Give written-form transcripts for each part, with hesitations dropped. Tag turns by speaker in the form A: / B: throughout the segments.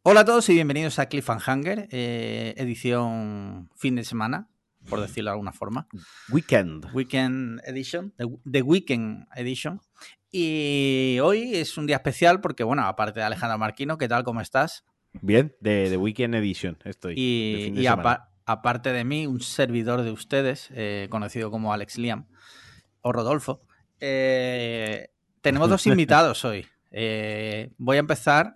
A: Hola a todos y bienvenidos a Cliffhanger, edición fin de semana, por decirlo de alguna forma. Weekend Edition, The Weekend Edition. Y hoy es un día especial porque, bueno, aparte de Alejandro Marquino, ¿qué tal? ¿Cómo estás?
B: Bien, de The Weekend Edition estoy.
A: Y aparte de mí, un servidor de ustedes, conocido como Alex Liam o Rodolfo, tenemos dos invitados hoy. Voy a empezar...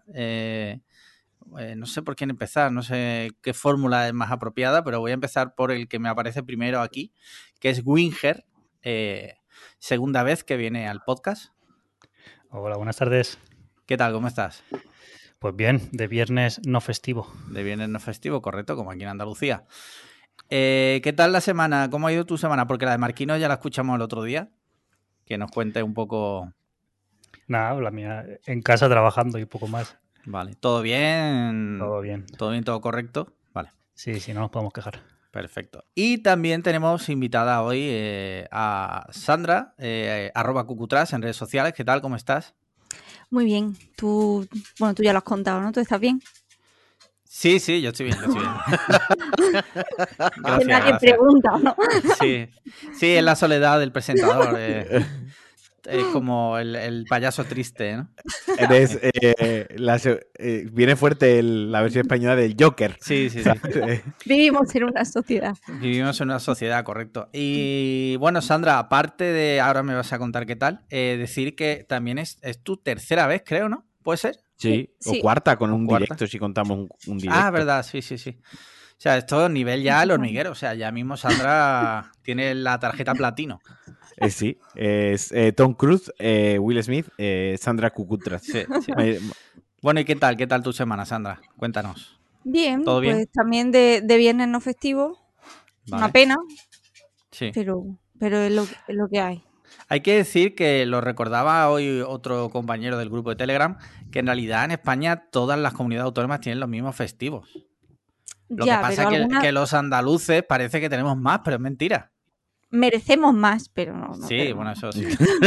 A: no sé por quién empezar, no sé qué fórmula es más apropiada, pero voy a empezar por el que me aparece primero aquí, que es Winger, segunda vez que viene al podcast.
C: Hola, buenas tardes.
A: ¿Qué tal? ¿Cómo estás?
C: Pues bien, de viernes no festivo.
A: De viernes no festivo, correcto, como aquí en Andalucía. ¿Qué tal la semana? ¿Cómo ha ido tu semana? Porque la de Marquino ya la escuchamos el otro día. Que nos cuente un poco...
C: Nada, la mía en casa trabajando y poco más.
A: Vale, ¿todo bien?
C: Todo bien.
A: ¿Todo bien, todo correcto? Vale.
C: Sí, no nos podemos quejar.
A: Perfecto. Y también tenemos invitada hoy a Sandra, @cucutras en redes sociales. ¿Qué tal? ¿Cómo estás?
D: Muy bien. Tú ya lo has contado, ¿no? ¿Tú estás bien?
A: Sí, yo estoy bien.
D: Gracias, nadie pregunta, ¿no?
A: Sí, es la soledad del presentador. Es como el payaso triste, ¿no?
B: Eres, viene fuerte la versión española del Joker.
A: Sí.
D: Vivimos en una sociedad.
A: Vivimos en una sociedad, correcto. Y bueno, Sandra, aparte de, ahora me vas a contar qué tal, decir que también es tu tercera vez, creo, ¿no? ¿Puede ser?
B: Sí. O cuarta con un directo, si contamos un directo.
A: Ah, verdad, sí. O sea, esto nivel ya el hormiguero. O sea, ya mismo Sandra tiene la tarjeta platino.
B: Sí, es Tom Cruise, Will Smith, Sandra Cucutras.
A: Sí. Bueno, ¿y qué tal tu semana, Sandra? Cuéntanos.
D: Bien,
A: ¿todo bien?
D: Pues también de viernes no festivo. Vale. Una pena,
A: sí.
D: pero es lo que hay.
A: Hay que decir que lo recordaba hoy otro compañero del grupo de Telegram, que en realidad en España todas las comunidades autónomas tienen los mismos festivos. Lo que pasa es que los andaluces parece que tenemos más, pero es mentira.
D: Merecemos más, pero no.
A: Sí, bueno, eso sí.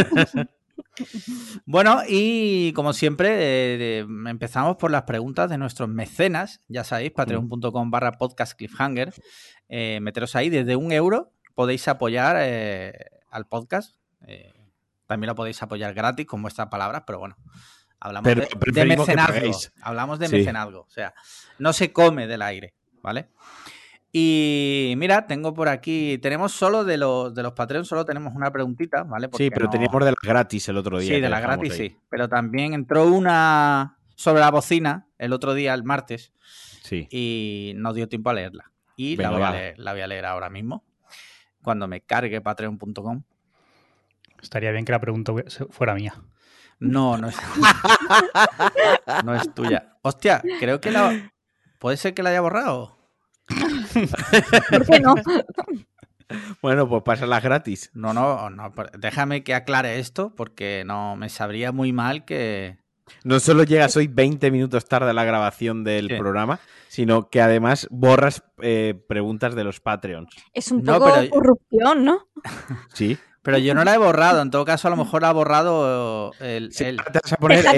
A: Bueno, y como siempre, empezamos por las preguntas de nuestros mecenas. Ya sabéis, patreon.com/podcastcliffhanger. Meteros ahí, desde €1 podéis apoyar al podcast. También lo podéis apoyar gratis con vuestras palabras, pero bueno, hablamos de mecenazgo. Hablamos de mecenazgo. O sea, no se come del aire, ¿vale? Y mira, tengo por aquí, tenemos solo de los Patreon, solo tenemos una preguntita, ¿vale?
B: Porque pero teníamos de las gratis el otro día.
A: Sí, de las gratis ahí. Sí, pero también entró una sobre la bocina el otro día, el martes, y no dio tiempo a leerla. Y la voy a leer ahora mismo, cuando me cargue patreon.com.
C: Estaría bien que la pregunta fuera mía.
A: No es no es tuya. Hostia, creo que puede ser que la haya borrado.
D: ¿Por qué no?
B: Bueno, pues pásalas gratis.
A: No, déjame que aclare esto porque no me sabría muy mal que...
B: No solo llegas hoy 20 minutos tarde a la grabación del programa, sino que además borras preguntas de los Patreons.
D: Es un poco corrupción, ¿no?
B: Sí.
A: Pero yo no la he borrado. En todo caso, a lo mejor la ha borrado él.
B: Te vas a poner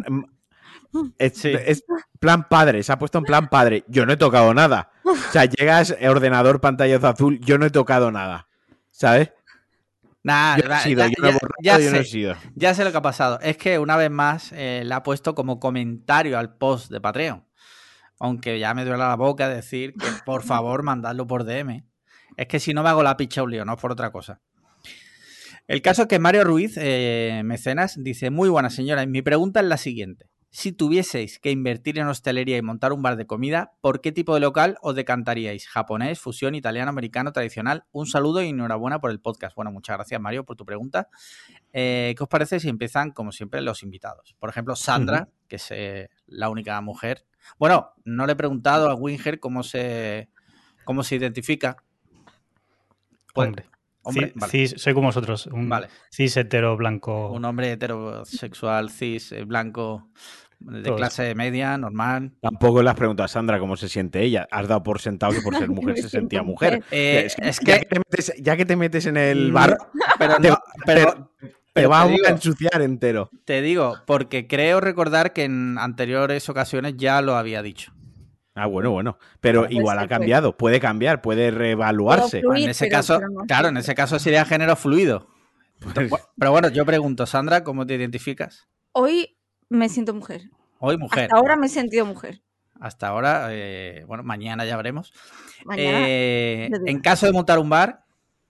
B: es plan padre, se ha puesto en plan padre. Yo no he tocado nada. O sea, llegas, ordenador, pantallazo azul, yo no he tocado nada. ¿Sabes?
A: Nah,
B: yo no he sido.
A: Ya sé lo que ha pasado. Es que una vez más le ha puesto como comentario al post de Patreon. Aunque ya me duele la boca decir que por favor mandadlo por DM. Es que si no me hago la picha un lío, no es por otra cosa. El caso es que Mario Ruiz, mecenas, dice: muy buena señora, y mi pregunta es la siguiente. Si tuvieseis que invertir en hostelería y montar un bar de comida, ¿por qué tipo de local os decantaríais? ¿Japonés, fusión, italiano, americano, tradicional? Un saludo y enhorabuena por el podcast. Bueno, muchas gracias, Mario, por tu pregunta. ¿Qué os parece si empiezan, como siempre, los invitados? Por ejemplo, Sandra, que es la única mujer. Bueno, no le he preguntado a Winger cómo se identifica.
C: Hombre, vale. Cis, soy como vosotros, un cis hetero blanco.
A: Un hombre heterosexual, cis, blanco, de clase media, normal.
B: Tampoco le has preguntado a Sandra cómo se siente ella. Has dado por sentado que por ser mujer se sentía mujer.
A: Es que
B: ya que te metes en el bar, Te vamos a ensuciar entero.
A: Te digo, porque creo recordar que en anteriores ocasiones ya lo había dicho.
B: Ah, bueno. Pero igual ha cambiado. Puede cambiar, puede reevaluarse.
A: Fluir, en ese caso, no, claro, en ese caso sería género fluido. Pero bueno, yo pregunto, Sandra, ¿cómo te identificas?
D: Hoy me siento mujer.
A: Hoy mujer.
D: Hasta ahora me he sentido mujer.
A: Hasta ahora, bueno, mañana ya veremos. Mañana, en caso de montar un bar...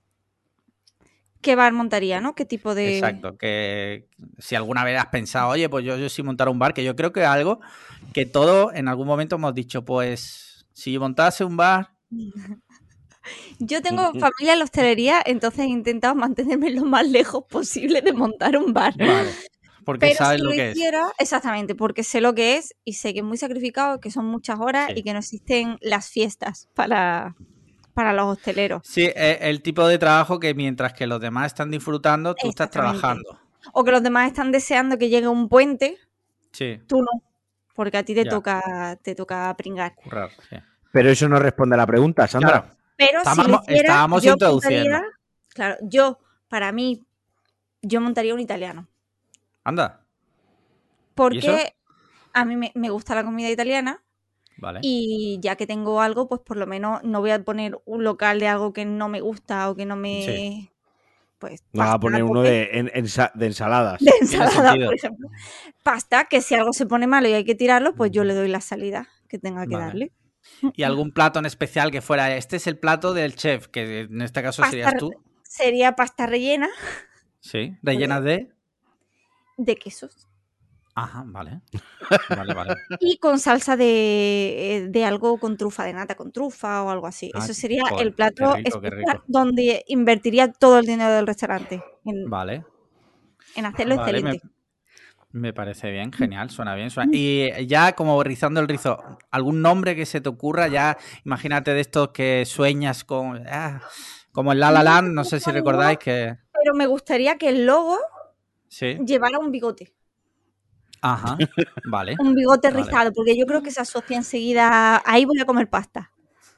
D: ¿Qué bar montaría, no? ¿Qué tipo de...?
A: Exacto, que si alguna vez has pensado, oye, pues yo sí montar un bar, que yo creo que es algo que todos en algún momento hemos dicho, pues si yo montase un bar...
D: Yo tengo familia en la hostelería, entonces he intentado mantenerme lo más lejos posible de montar un bar.
A: Vale, porque
D: pero
A: sabes
D: si
A: lo que
D: hiciera, es. Exactamente, porque sé lo que es y sé que es muy sacrificado, que son muchas horas y que no existen las fiestas para los hosteleros.
A: Sí, el tipo de trabajo que mientras que los demás están disfrutando, tú estás trabajando.
D: O que los demás están deseando que llegue un puente,
A: sí.
D: Tú no, porque a ti te toca pringar.
A: Currar, sí.
B: Pero eso no responde a la pregunta, Sandra.
D: Claro. Pero
A: estábamos introduciendo.
D: Claro, para mí, yo montaría un italiano.
A: Anda.
D: Porque a mí me gusta la comida italiana.
A: Vale.
D: Y ya que tengo algo, pues por lo menos no voy a poner un local de algo que no me gusta o que no me...
A: Sí.
D: Pues
B: no va a poner uno de ensaladas.
D: De ensalada, por ejemplo. Pasta, que si algo se pone malo y hay que tirarlo, pues yo le doy la salida que tenga que darle.
A: ¿Y algún plato en especial que fuera, este es el plato del chef, que en este caso serías tú?
D: Sería pasta rellena.
A: Sí, rellenas de
D: quesos.
A: Ajá, vale.
D: Y con salsa de algo con trufa, de nata con trufa o algo así. Eso sería el plato especial donde invertiría todo el dinero del restaurante. En hacerlo excelente.
A: Me parece bien, genial, suena bien. Y ya como rizando el rizo, ¿algún nombre que se te ocurra? Ya imagínate de estos que sueñas con... como el La La Land, no sé si recordáis que...
D: Pero me gustaría que el logo llevara un bigote.
A: Ajá, vale.
D: Un bigote rizado, porque yo creo que se asocia enseguida... Ahí voy a comer pasta.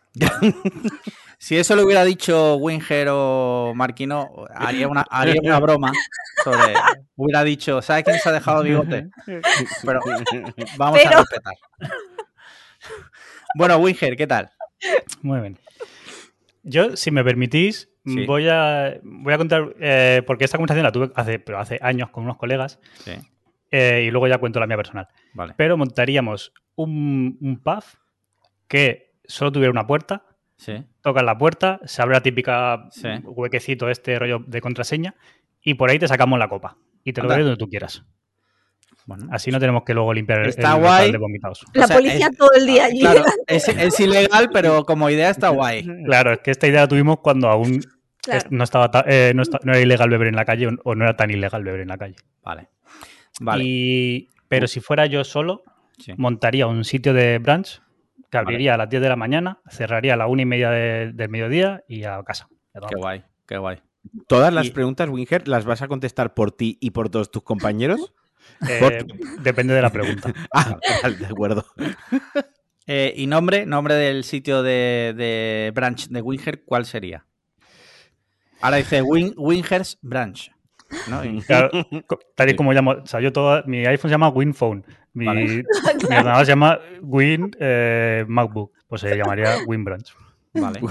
A: Si eso lo hubiera dicho Winger o Marquino, haría una broma sobre... Hubiera dicho, ¿sabes quién se ha dejado bigote? Pero vamos a respetar. Bueno, Winger, ¿qué tal?
C: Muy bien. Yo, si me permitís, voy a contar... porque esta conversación la tuve hace años con unos colegas.
A: Sí.
C: Y luego ya cuento la mía personal.
A: Vale.
C: Pero montaríamos un pub que solo tuviera una puerta.
A: Sí.
C: Tocas la puerta, se abre la típica huequecito rollo de contraseña y por ahí te sacamos la copa y te lo bebes donde tú quieras. Bueno, así no tenemos que luego limpiar el local de vomitados.
D: La policía todo el día allí.
A: Claro, es ilegal, pero como idea está guay.
C: Claro, es que esta idea la tuvimos cuando aún no era ilegal beber en la calle o no era tan ilegal beber en la calle.
A: Vale.
C: Pero si fuera yo solo, montaría un sitio de brunch que abriría a las 10 de la mañana, cerraría a la 1:30 del mediodía y a casa.
A: Qué guay.
B: ¿Todas las preguntas, Winger, las vas a contestar por ti y por todos tus compañeros?
C: Depende de la pregunta.
B: De acuerdo.
A: ¿Y nombre del sitio de brunch de Winger, cuál sería? Ahora dice Winger's Brunch. ¿No?
C: Claro, tal y como llamo, o sea, mi iPhone se llama WinPhone, mi ordenador se llama Win MacBook, pues se llamaría WinBrunch.
A: Vale.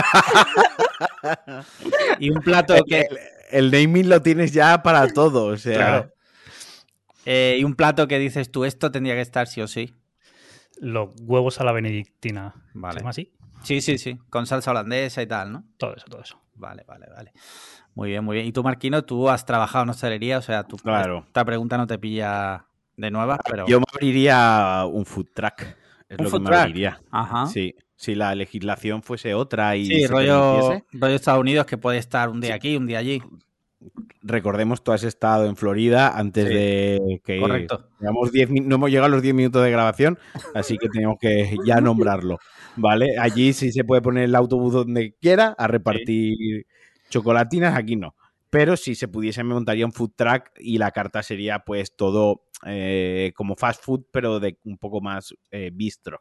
A: Y un plato que...
B: El naming lo tienes ya para todo, o sea...
C: Claro.
A: Y un plato que dices tú, esto tendría que estar sí o sí.
C: Los huevos a la benedictina.
A: Vale.
C: ¿Se llama así?
A: Sí. Con salsa holandesa y tal, ¿no?
C: Todo eso.
A: Vale. Muy bien. Y tú, Marquino, tú has trabajado en hostelería, o sea, esta pregunta no te pilla de nueva, pero...
B: Yo me abriría un food truck.
A: ¿Un food truck?
B: Ajá. Sí, si la legislación fuese otra y
A: se rollo Estados Unidos, que puede estar un día aquí, un día allí.
B: Recordemos, tú has estado en Florida antes de que...
A: Correcto.
B: No hemos llegado a los 10 minutos de grabación, así que tenemos que ya nombrarlo, ¿vale? Allí sí se puede poner el autobús donde quiera a repartir chocolatinas, aquí no. Pero si se pudiese, me montaría un food truck y la carta sería pues todo como fast food, pero de un poco más bistro.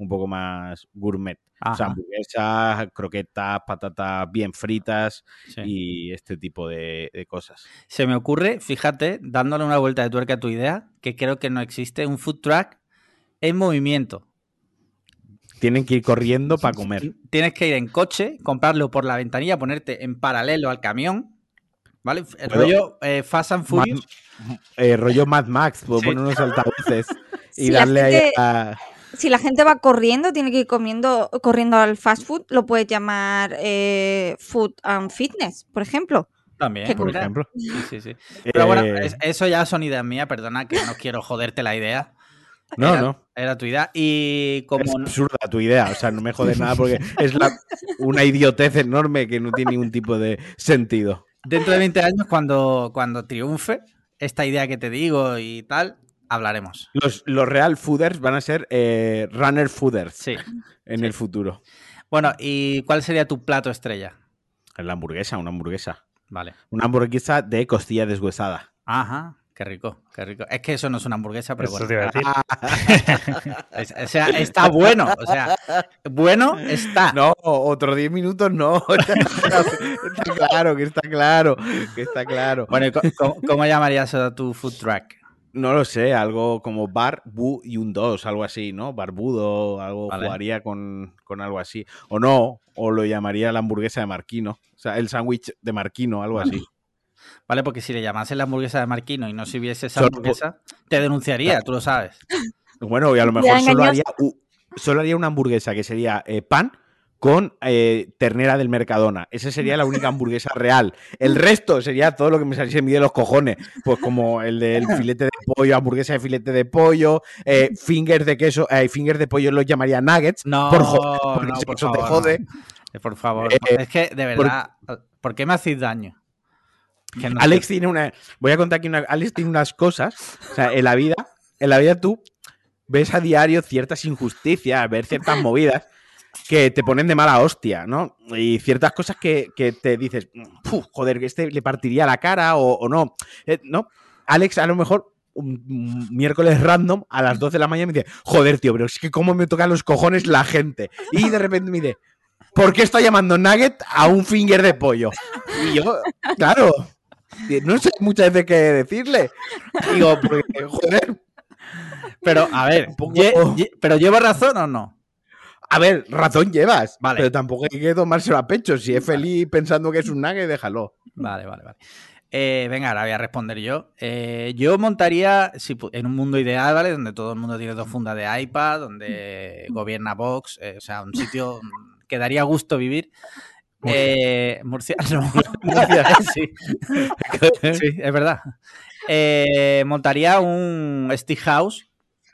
B: un poco más gourmet.
A: Ajá.
B: O sea, hamburguesas, croquetas, patatas bien fritas y este tipo de cosas.
A: Se me ocurre, fíjate, dándole una vuelta de tuerca a tu idea, que creo que no existe un food truck en movimiento.
B: Tienen que ir corriendo para comer.
A: Tienes que ir en coche, comprarlo por la ventanilla, ponerte en paralelo al camión, ¿vale? El rollo Fast and Furious.
B: Rollo Mad Max, puedo poner unos altavoces y darle ahí a...
D: Si la gente va corriendo, tiene que ir corriendo al fast food, lo puedes llamar food and fitness, por ejemplo.
A: También,
B: por ejemplo.
A: Sí. Pero bueno, eso ya son ideas mías, perdona que no quiero joderte la idea.
B: No.
A: Era tu idea. Y como...
B: Es absurda tu idea, o sea, no me jodes nada porque es una idiotez enorme que no tiene ningún tipo de sentido.
A: Dentro de 20 años, cuando triunfe esta idea que te digo y tal, hablaremos.
B: Los real fooders van a ser runner fooders en el futuro.
A: Bueno, ¿y cuál sería tu plato estrella?
B: La hamburguesa, una hamburguesa.
A: Vale.
B: Una hamburguesa de costilla deshuesada.
A: Ajá, qué rico, qué rico. Es que eso no es una hamburguesa, pero
C: eso
A: bueno.
C: Te iba a
A: decir. O sea, está bueno. O sea, bueno está.
B: No, otros 10 minutos no. Está claro.
A: Bueno, ¿cómo llamarías a tu food truck?
B: No lo sé, algo como bar, bu y un 2, algo así, ¿no? Barbudo, algo jugaría con algo así. O no, o lo llamaría la hamburguesa de Marquino. O sea, el sándwich de Marquino, algo así.
A: Vale, porque si le llamases la hamburguesa de Marquino y no si hubiese esa hamburguesa, te denunciaría, tú lo sabes.
B: Bueno, y a lo mejor solo haría una hamburguesa que sería pan con ternera del Mercadona. Esa sería la única hamburguesa real. El resto sería todo lo que me saliese de los cojones. Pues como el del filete de pollo, hamburguesa de filete de pollo, fingers de queso, fingers de pollo los llamaría nuggets.
A: No,
B: por joder, porque
A: por
B: eso
A: favor,
B: te jode.
A: No. Por favor. Es que, de verdad, ¿por qué me hacéis daño?
B: Que no Alex tiene voy a contar aquí Alex tiene unas cosas. O sea, en la vida tú ves a diario ciertas injusticias, ver ciertas movidas que te ponen de mala hostia, ¿no? Y ciertas cosas que te dices, joder, que este le partiría la cara o no. ¿No? Alex a lo mejor un miércoles random a las 12 de la mañana me dice, joder, tío, pero es que cómo me tocan los cojones la gente. Y de repente me dice, ¿por qué está llamando nugget a un finger de pollo? Y yo, claro, no sé muchas veces qué decirle. Digo, porque, joder.
A: Pero, a ver, ¿pero llevo razón o no?
B: A ver, razón llevas, vale. Pero tampoco hay que tomárselo a pecho. Si es feliz pensando que es un nugget, déjalo.
A: Vale. Venga, ahora voy a responder yo. Yo montaría, en un mundo ideal, ¿vale? Donde todo el mundo tiene 2 fundas de iPad, donde gobierna Vox, o sea, un sitio que daría gusto vivir. Murcia, sí. Sí, es verdad. Montaría un steak house,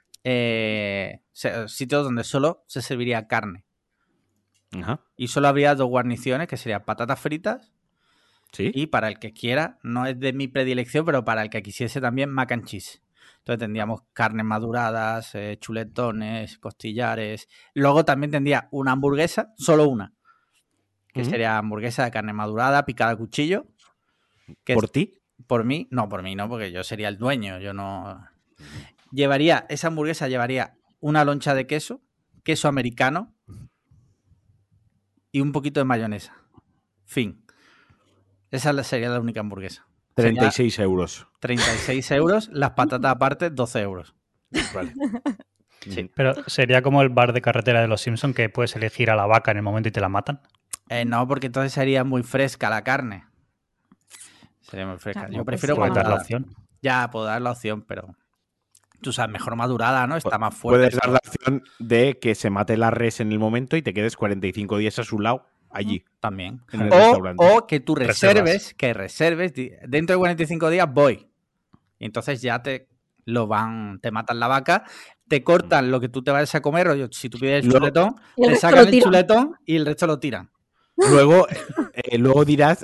A: sitio donde solo se serviría carne.
B: Ajá.
A: Y solo habría 2 guarniciones, que serían patatas fritas.
B: ¿Sí?
A: Y para el que quiera, no es de mi predilección, pero para el que quisiese también mac and cheese. Entonces tendríamos carnes maduradas, chuletones, costillares. Luego también tendría una hamburguesa, solo una, que sería hamburguesa de carne madurada, picada a cuchillo.
B: ¿Por ti?
A: Por mí no, porque yo sería el dueño. Yo no. Esa hamburguesa llevaría una loncha de queso americano y un poquito de mayonesa. Fin. Esa sería la única hamburguesa.
B: 36 euros.
A: 36 euros, las patatas aparte, 12 euros.
B: Vale.
C: Sí. Pero sería como el bar de carretera de los Simpsons que puedes elegir a la vaca en el momento y te la matan.
A: No, porque entonces sería muy fresca la carne. Sería muy fresca.
D: Claro,
A: yo prefiero
C: ¿puedes
A: cuando
C: dar la opción?
A: Ya, puedo dar la opción, pero tú sabes, mejor madurada, ¿no? Está más fuerte.
B: Puedes dar la opción de que se mate la res en el momento y te quedes 45 días a su lado allí.
A: También.
B: En el restaurante.
A: O que tú reserves, dentro de 45 días voy. Y entonces ya te matan la vaca, te cortan lo que tú te vayas a comer, o si tú pides el chuletón, te sacan el chuletón y el resto lo tiran.
B: Luego dirás,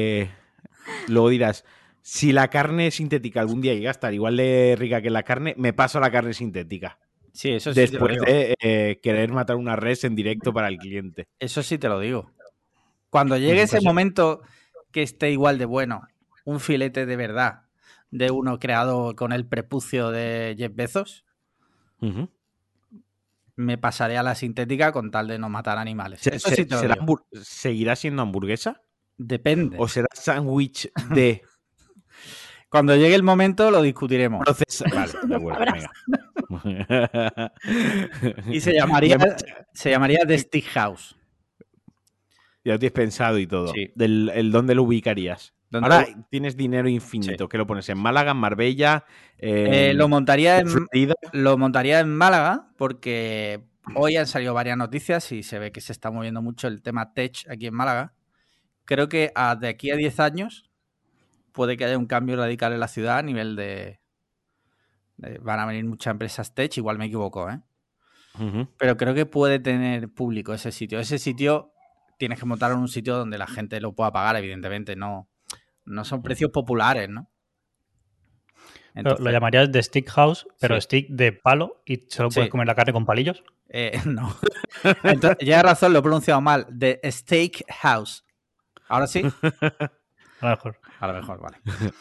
B: si la carne sintética algún día llega a estar igual de rica que la carne, me paso a la carne sintética.
A: Sí, eso sí.
B: Después de querer matar una res en directo para el cliente.
A: Eso sí te lo digo. Cuando llegue ese momento que esté igual de bueno, un filete de verdad, de uno creado con el prepucio de Jeff Bezos, me pasaré a la sintética con tal de no matar animales. Eso sí te lo digo.
B: ¿Seguirá siendo hamburguesa?
A: Depende.
B: ¿O será sándwich de...?
A: Cuando llegue el momento lo discutiremos.
B: Vale, de acuerdo, venga.
A: Y se llamaría The Stick House.
B: Ya lo tienes pensado y todo.
A: Sí.
B: ¿Dónde lo ubicarías? Ahora tienes dinero infinito. Sí. ¿Qué lo pones? ¿En Málaga, en Marbella?
A: Lo montaría en Málaga porque hoy han salido varias noticias y se ve que se está moviendo mucho el tema tech aquí en Málaga. Creo que de aquí a 10 años puede que haya un cambio radical en la ciudad a nivel de van a venir muchas empresas tech, igual me equivoco, ¿eh? Pero creo que puede tener público ese sitio. Ese sitio tienes que montarlo en un sitio donde la gente lo pueda pagar, evidentemente. No son precios populares, ¿no?
C: Entonces, ¿lo llamarías de Stick House, pero stick de palo y solo puedes comer la carne con palillos?
A: No. Entonces, ya razón, lo he pronunciado mal. De Steak House. ¿Ahora sí?
C: A lo mejor, vale.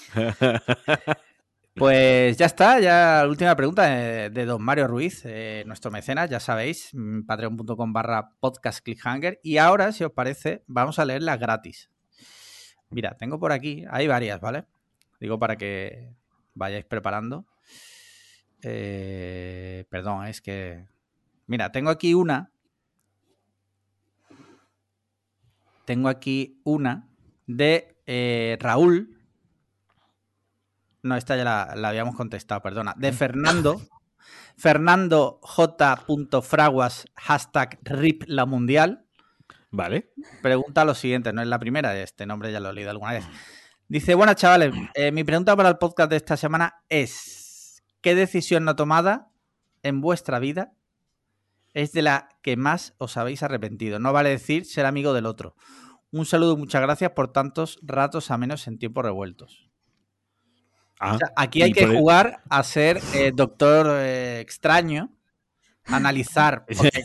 A: Pues ya está, ya la última pregunta de don Mario Ruiz, nuestro mecenas, ya sabéis, patreon.com/podcastclickhanger. Y ahora, si os parece, vamos a leerlas gratis. Mira, tengo por aquí, hay varias, ¿vale? Digo para que vayáis preparando. Perdón, es que... Mira, tengo aquí una de Raúl. No, esta ya la habíamos contestado, perdona. De Fernando J. Fraguas, #RipLaMundial.
B: Vale.
A: Pregunta lo siguiente, no es la primera, este nombre ya lo he leído alguna vez. Dice, buenas chavales, mi pregunta para el podcast de esta semana es: ¿qué decisión no tomada en vuestra vida es de la que más os habéis arrepentido? No vale decir ser amigo del otro. Un saludo y muchas gracias por tantos ratos amenos en tiempos revueltos. O sea, aquí hay que jugar a ser doctor extraño, analizar.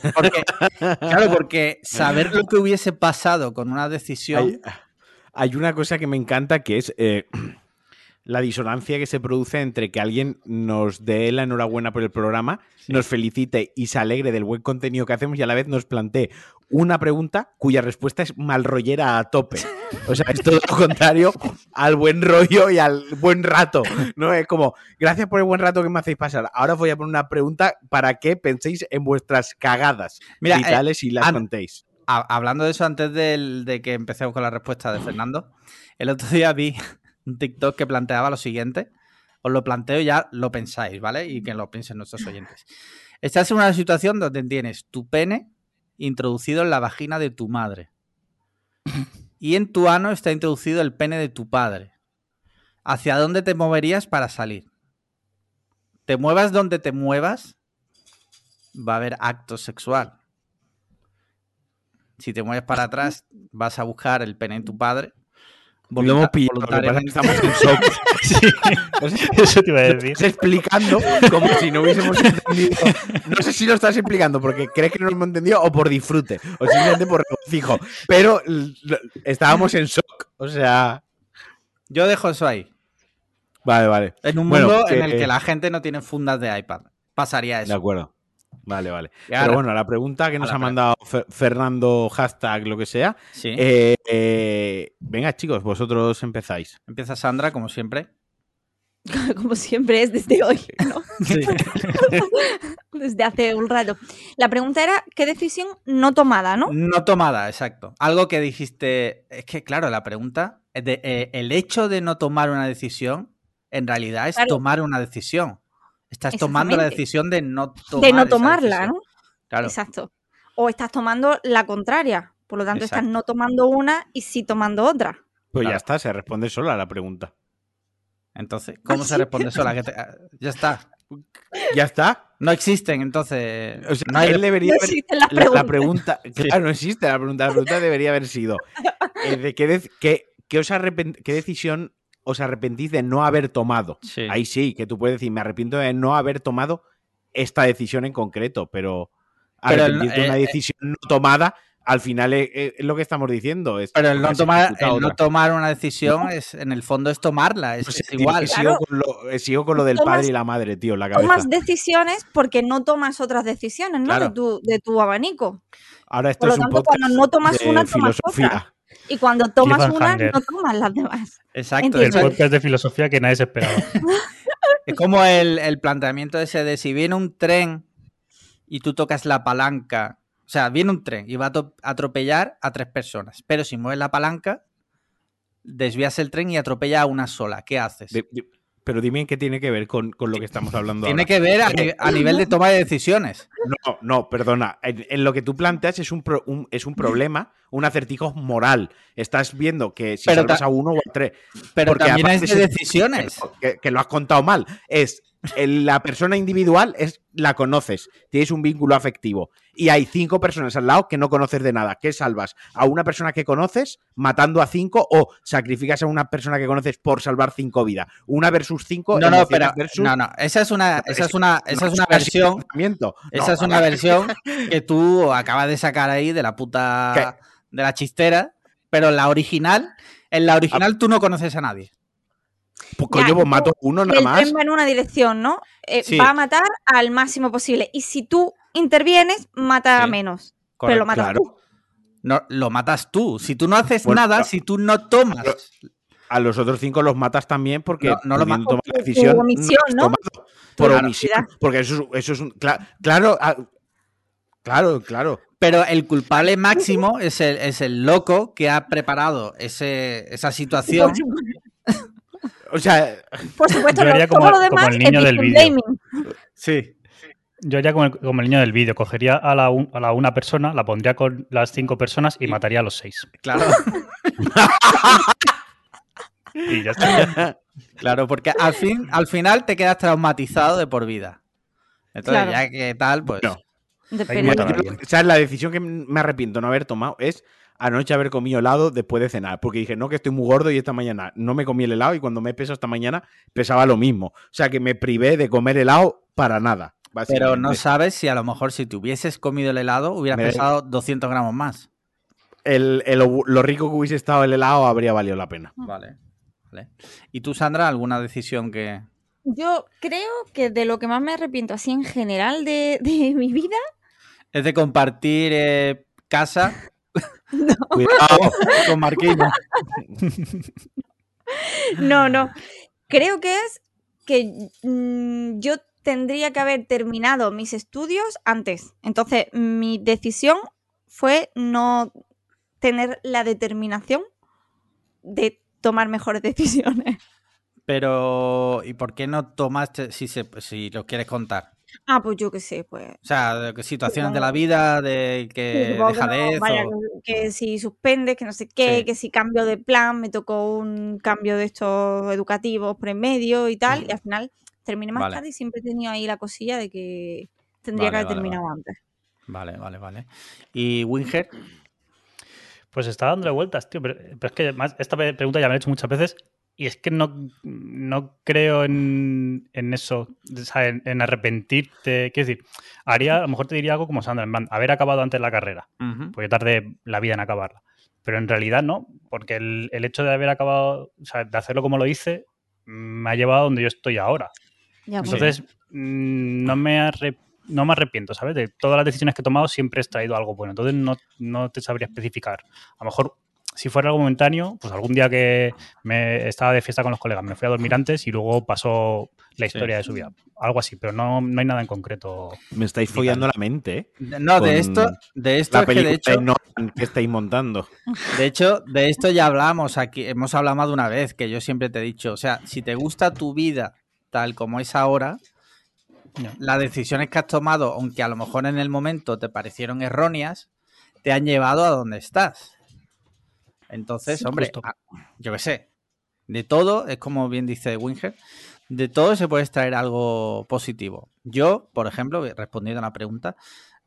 A: Porque saber lo que hubiese pasado con una decisión...
B: Hay una cosa que me encanta que es la disonancia que se produce entre que alguien nos dé la enhorabuena por el programa, nos felicite y se alegre del buen contenido que hacemos y a la vez nos plantee una pregunta cuya respuesta es malrollera a tope. O sea, es todo lo contrario al buen rollo y al buen rato, ¿no? Es como, gracias por el buen rato que me hacéis pasar. Ahora os voy a poner una pregunta para que penséis en vuestras cagadas vitales y las contéis.
A: Hablando de eso, antes de que empecemos con la respuesta de Fernando, el otro día vi un TikTok que planteaba lo siguiente. Os lo planteo y ya lo pensáis, ¿vale? Y que lo piensen nuestros oyentes. Estás en una situación donde tienes tu pene introducido en la vagina de tu madre. Y en tu ano está introducido el pene de tu padre. ¿Hacia dónde te moverías para salir? Te muevas donde te muevas, va a haber acto sexual. Si te mueves para atrás, vas a buscar el pene en tu padre.
B: Lo hemos pillado, voluntariamente. Estamos en shock.
C: Sí, eso te iba a decir.
B: Estás explicando como si no hubiésemos entendido. No sé si lo estás explicando porque crees que no lo hemos entendido o por disfrute o simplemente por regocijo. Pero estábamos en shock. O sea,
A: yo dejo eso ahí.
B: Vale.
A: En un mundo en el que la gente no tiene fundas de iPad. Pasaría eso.
B: De acuerdo. Vale. Pero bueno, la pregunta que nos ha mandado Fernando, lo que sea.
A: Sí.
B: Venga, chicos, vosotros empezáis.
A: Empieza Sandra, como siempre.
D: Como siempre es desde hoy, ¿no?
A: Sí.
D: Desde hace un rato. La pregunta era, ¿qué decisión no tomada, no?
A: No tomada, exacto. Algo que dijiste... Es que, claro, la pregunta... el hecho de no tomar una decisión, en realidad es tomar una decisión. Estás tomando la decisión de no
D: tomarla, ¿no?
A: Claro.
D: Exacto. O estás tomando la contraria. Por lo tanto, estás no tomando una y sí tomando otra.
B: Pues ya está, se responde sola la pregunta.
A: Entonces, ¿cómo se responde sola? Ya está.
B: ¿Ya está?
A: No existen, entonces...
B: O sea, no él debería
D: no existe la pregunta.
B: Claro, no existe la pregunta. La pregunta debería haber sido de qué decisión os arrepentís de no haber tomado.
A: Sí.
B: Ahí sí, que tú puedes decir, me arrepiento de no haber tomado esta decisión en concreto, pero arrepentirte de una decisión no tomada, al final es lo que estamos diciendo.
A: Pero el no tomar una decisión en el fondo es tomarla, es igual.
B: Sigo con lo del padre y la madre, tío, en la cabeza.
D: Tomas decisiones porque no tomas otras decisiones, ¿no? Claro. De tu abanico.
B: Ahora esto es un podcast
D: cuando no tomas
B: de
D: una, tomas otra. Y cuando tomas una, no tomas las demás.
C: Exacto. El podcast de filosofía que nadie se esperaba.
A: Es como el planteamiento ese de si viene un tren y tú tocas la palanca. O sea, viene un tren y va a atropellar a 3 personas. Pero si mueves la palanca, desvías el tren y atropella a una sola. ¿Qué haces?
B: Pero dime qué tiene que ver con lo que estamos hablando
A: Tiene
B: ahora.
A: Que ver a nivel de toma de decisiones.
B: No, perdona. En lo que tú planteas es un problema, un acertijo moral. Estás viendo que si salvas a 1 o a 3.
A: Pero también es de decisiones.
B: Que lo has contado mal. La persona individual la conoces, tienes un vínculo afectivo y hay 5 personas al lado que no conoces de nada. ¿Qué salvas? ¿A una persona que conoces matando a 5 o sacrificas a una persona que conoces por salvar 5 vidas? 1 versus 5.
A: No, esa es una versión. Esa es una versión que tú acabas de sacar ahí de la puta de la chistera, pero en la original tú no conoces a nadie.
B: Pues coño, pues mato 1 nada más.
D: El tren va en una dirección, ¿no? Sí. Va a matar al máximo posible. Y si tú intervienes, mata a menos. Correcto, pero lo matas tú.
A: No, lo matas tú. Si tú no haces nada, si tú no tomas.
B: A los otros 5 los matas también porque
A: no lo
B: tomar la decisión.
D: Por omisión, ¿no?
B: Por omisión. Porque eso es un. Claro.
A: Pero el culpable máximo es el loco que ha preparado esa situación.
B: O sea,
D: por supuesto, todo lo demás
C: el niño
D: es
C: del vídeo.
A: Gaming. Sí.
C: Yo haría como el niño del vídeo. Cogería a una persona, la pondría con las 5 personas y mataría a los 6.
A: Claro.
C: Y ya está.
A: Claro, porque al final te quedas traumatizado de por vida. Entonces, ya que tal, pues.
B: No. O sea, la decisión que me arrepiento no haber tomado es anoche haber comido helado después de cenar, porque dije, no, que estoy muy gordo y esta mañana no me comí el helado y cuando me peso esta mañana pesaba lo mismo. O sea, que me privé de comer helado para nada.
A: Pero no sabes si a lo mejor si te hubieses comido el helado hubieras pesado 200 gramos más.
B: Lo rico que hubiese estado el helado habría valido la pena.
A: Vale. ¿Y tú, Sandra, alguna decisión que...?
D: Yo creo que de lo que más me arrepiento así en general de mi vida...
A: Es de compartir casa...
D: No.
A: Cuidado con Marquinhos.
D: No. Creo que es que yo tendría que haber terminado mis estudios antes. Entonces, mi decisión fue no tener la determinación de tomar mejores decisiones.
A: Pero, ¿y por qué no tomaste, si lo quieres contar?
D: Ah, pues yo qué sé, pues.
A: O sea, situaciones de la vida, de que dejadez.
D: Que si suspendes, que no sé qué, que si cambio de plan, me tocó un cambio de estos educativos por en medio y tal, y al final terminé más tarde y siempre he tenido ahí la cosilla de que tendría que haber terminado antes.
A: Vale. ¿Y Winger?
C: Pues está dándole vueltas, tío, pero es que además esta pregunta ya me la he hecho muchas veces. Y es que no creo en eso, o sea, en arrepentirte. Quiero decir, a lo mejor te diría algo como Sandra, en plan, haber acabado antes la carrera, porque tardé la vida en acabarla. Pero en realidad no, porque el hecho de haber acabado, o sea, de hacerlo como lo hice, me ha llevado a donde yo estoy ahora. Entonces, no me arrepiento, ¿sabes? De todas las decisiones que he tomado siempre he traído algo bueno. Entonces, no te sabría especificar. A lo mejor... Si fuera algo momentáneo, pues algún día que me estaba de fiesta con los colegas, me fui a dormir antes y luego pasó la historia de su vida. Algo así, pero no hay nada en concreto.
B: Me estáis follando la mente, ¿eh?
A: No, de esto
B: la
A: es que de hecho...
B: que estáis montando.
A: De hecho, de esto ya hablamos aquí, hemos hablado más de una vez, que yo siempre te he dicho, o sea, si te gusta tu vida tal como es ahora, las decisiones que has tomado, aunque a lo mejor en el momento te parecieron erróneas, te han llevado a donde estás. Entonces, hombre, yo qué sé, de todo, es como bien dice Winger, de todo se puede extraer algo positivo. Yo, por ejemplo, respondiendo a la pregunta,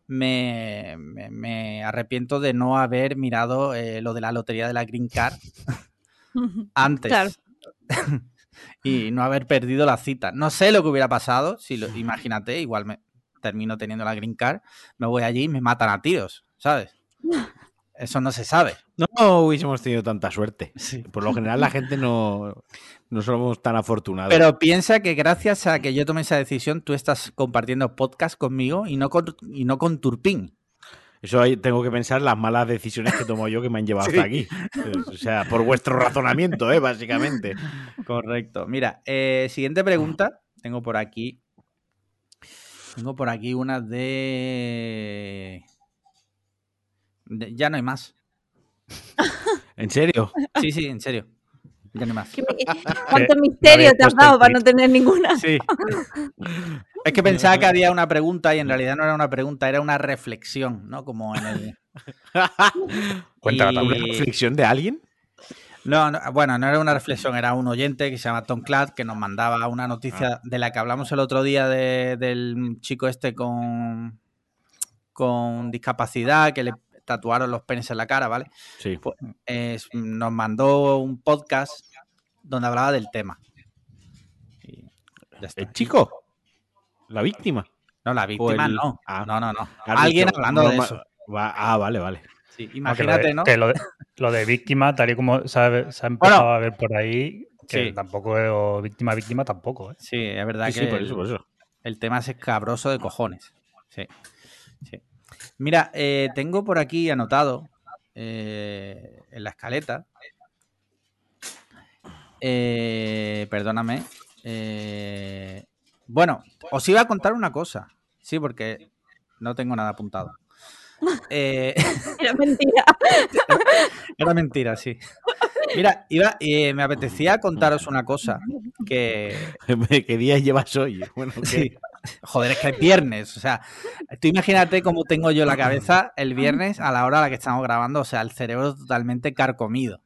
A: me arrepiento de no haber mirado lo de la lotería de la Green Card antes. Claro. Y no haber perdido la cita. No sé lo que hubiera pasado, imagínate, igual me termino teniendo la Green Card, me voy allí y me matan a tiros, ¿sabes? eso no se sabe.
B: No hubiésemos tenido tanta suerte. Sí. Por lo general la gente no somos tan afortunados.
A: Pero piensa que gracias a que yo tomé esa decisión, tú estás compartiendo podcast conmigo y no con Turpin.
B: Eso ahí tengo que pensar las malas decisiones que tomo yo que me han llevado hasta aquí. O sea, por vuestro razonamiento, básicamente.
A: Correcto. Mira, siguiente pregunta. Tengo por aquí una de... Ya no hay más.
B: ¿En serio?
A: Sí, en serio. Ya no hay más.
D: ¿Cuánto misterio te has dado para no tener ninguna?
A: Sí. Es que pensaba que había una pregunta y en realidad no era una pregunta, era una reflexión, ¿no? Como en el...
B: Cuéntame, ¿una reflexión de alguien?
A: No, bueno, no era una reflexión, era un oyente que se llama Tom Clad que nos mandaba una noticia de la que hablamos el otro día del chico este con discapacidad, que le tatuaron los penes en la cara, ¿vale?
B: Sí.
A: Pues, nos mandó un podcast donde hablaba del tema. Y ya está.
B: ¿El chico? ¿La víctima?
A: No, la víctima no.
B: Ah,
A: no. Alguien hablando de eso.
B: Vale.
A: Sí, imagínate, ¿no?
C: Que lo de víctima, tal y como se ha empezado a ver por ahí, que tampoco es víctima tampoco, ¿eh?
A: Sí, es verdad que
B: por eso.
A: El tema es escabroso de cojones. Sí. Mira, tengo por aquí anotado en la escaleta. Perdóname. Bueno, os iba a contar una cosa. Sí, porque no tengo nada apuntado.
D: Era mentira.
A: Era mentira, sí. Mira, me apetecía contaros una cosa que...
B: ¿Qué día llevas hoy? Bueno,
A: sí. Joder, es que es viernes. O sea, tú imagínate cómo tengo yo la cabeza el viernes a la hora a la que estamos grabando. O sea, el cerebro totalmente carcomido.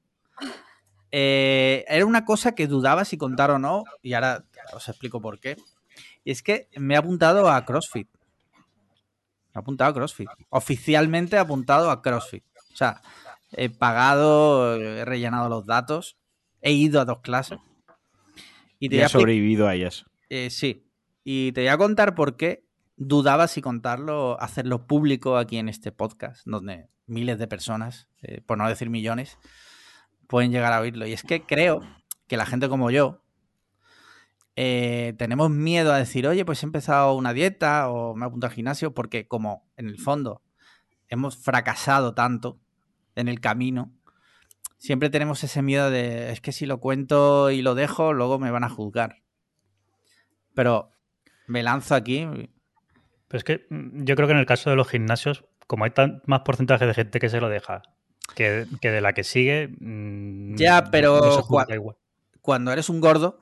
A: Era una cosa que dudaba si contar o no, y ahora os explico por qué. Y es que me he apuntado a CrossFit. Oficialmente he apuntado a CrossFit. O sea, he pagado, he rellenado los datos, he ido a 2 clases.
B: Y he sobrevivido a ellas.
A: Sí. Y te voy a contar por qué dudaba si contarlo, hacerlo público aquí en este podcast, donde miles de personas, por no decir millones, pueden llegar a oírlo. Y es que creo que la gente como yo tenemos miedo a decir, oye, pues he empezado una dieta o me he apuntado al gimnasio, porque como en el fondo hemos fracasado tanto en el camino, siempre tenemos ese miedo de, es que si lo cuento y lo dejo, luego me van a juzgar. Pero me lanzo aquí.
C: Pero es que yo creo que en el caso de los gimnasios, como hay más porcentaje de gente que se lo deja que de la que sigue,
A: ya, pero
C: no se juzga igual.
A: Cuando eres un gordo,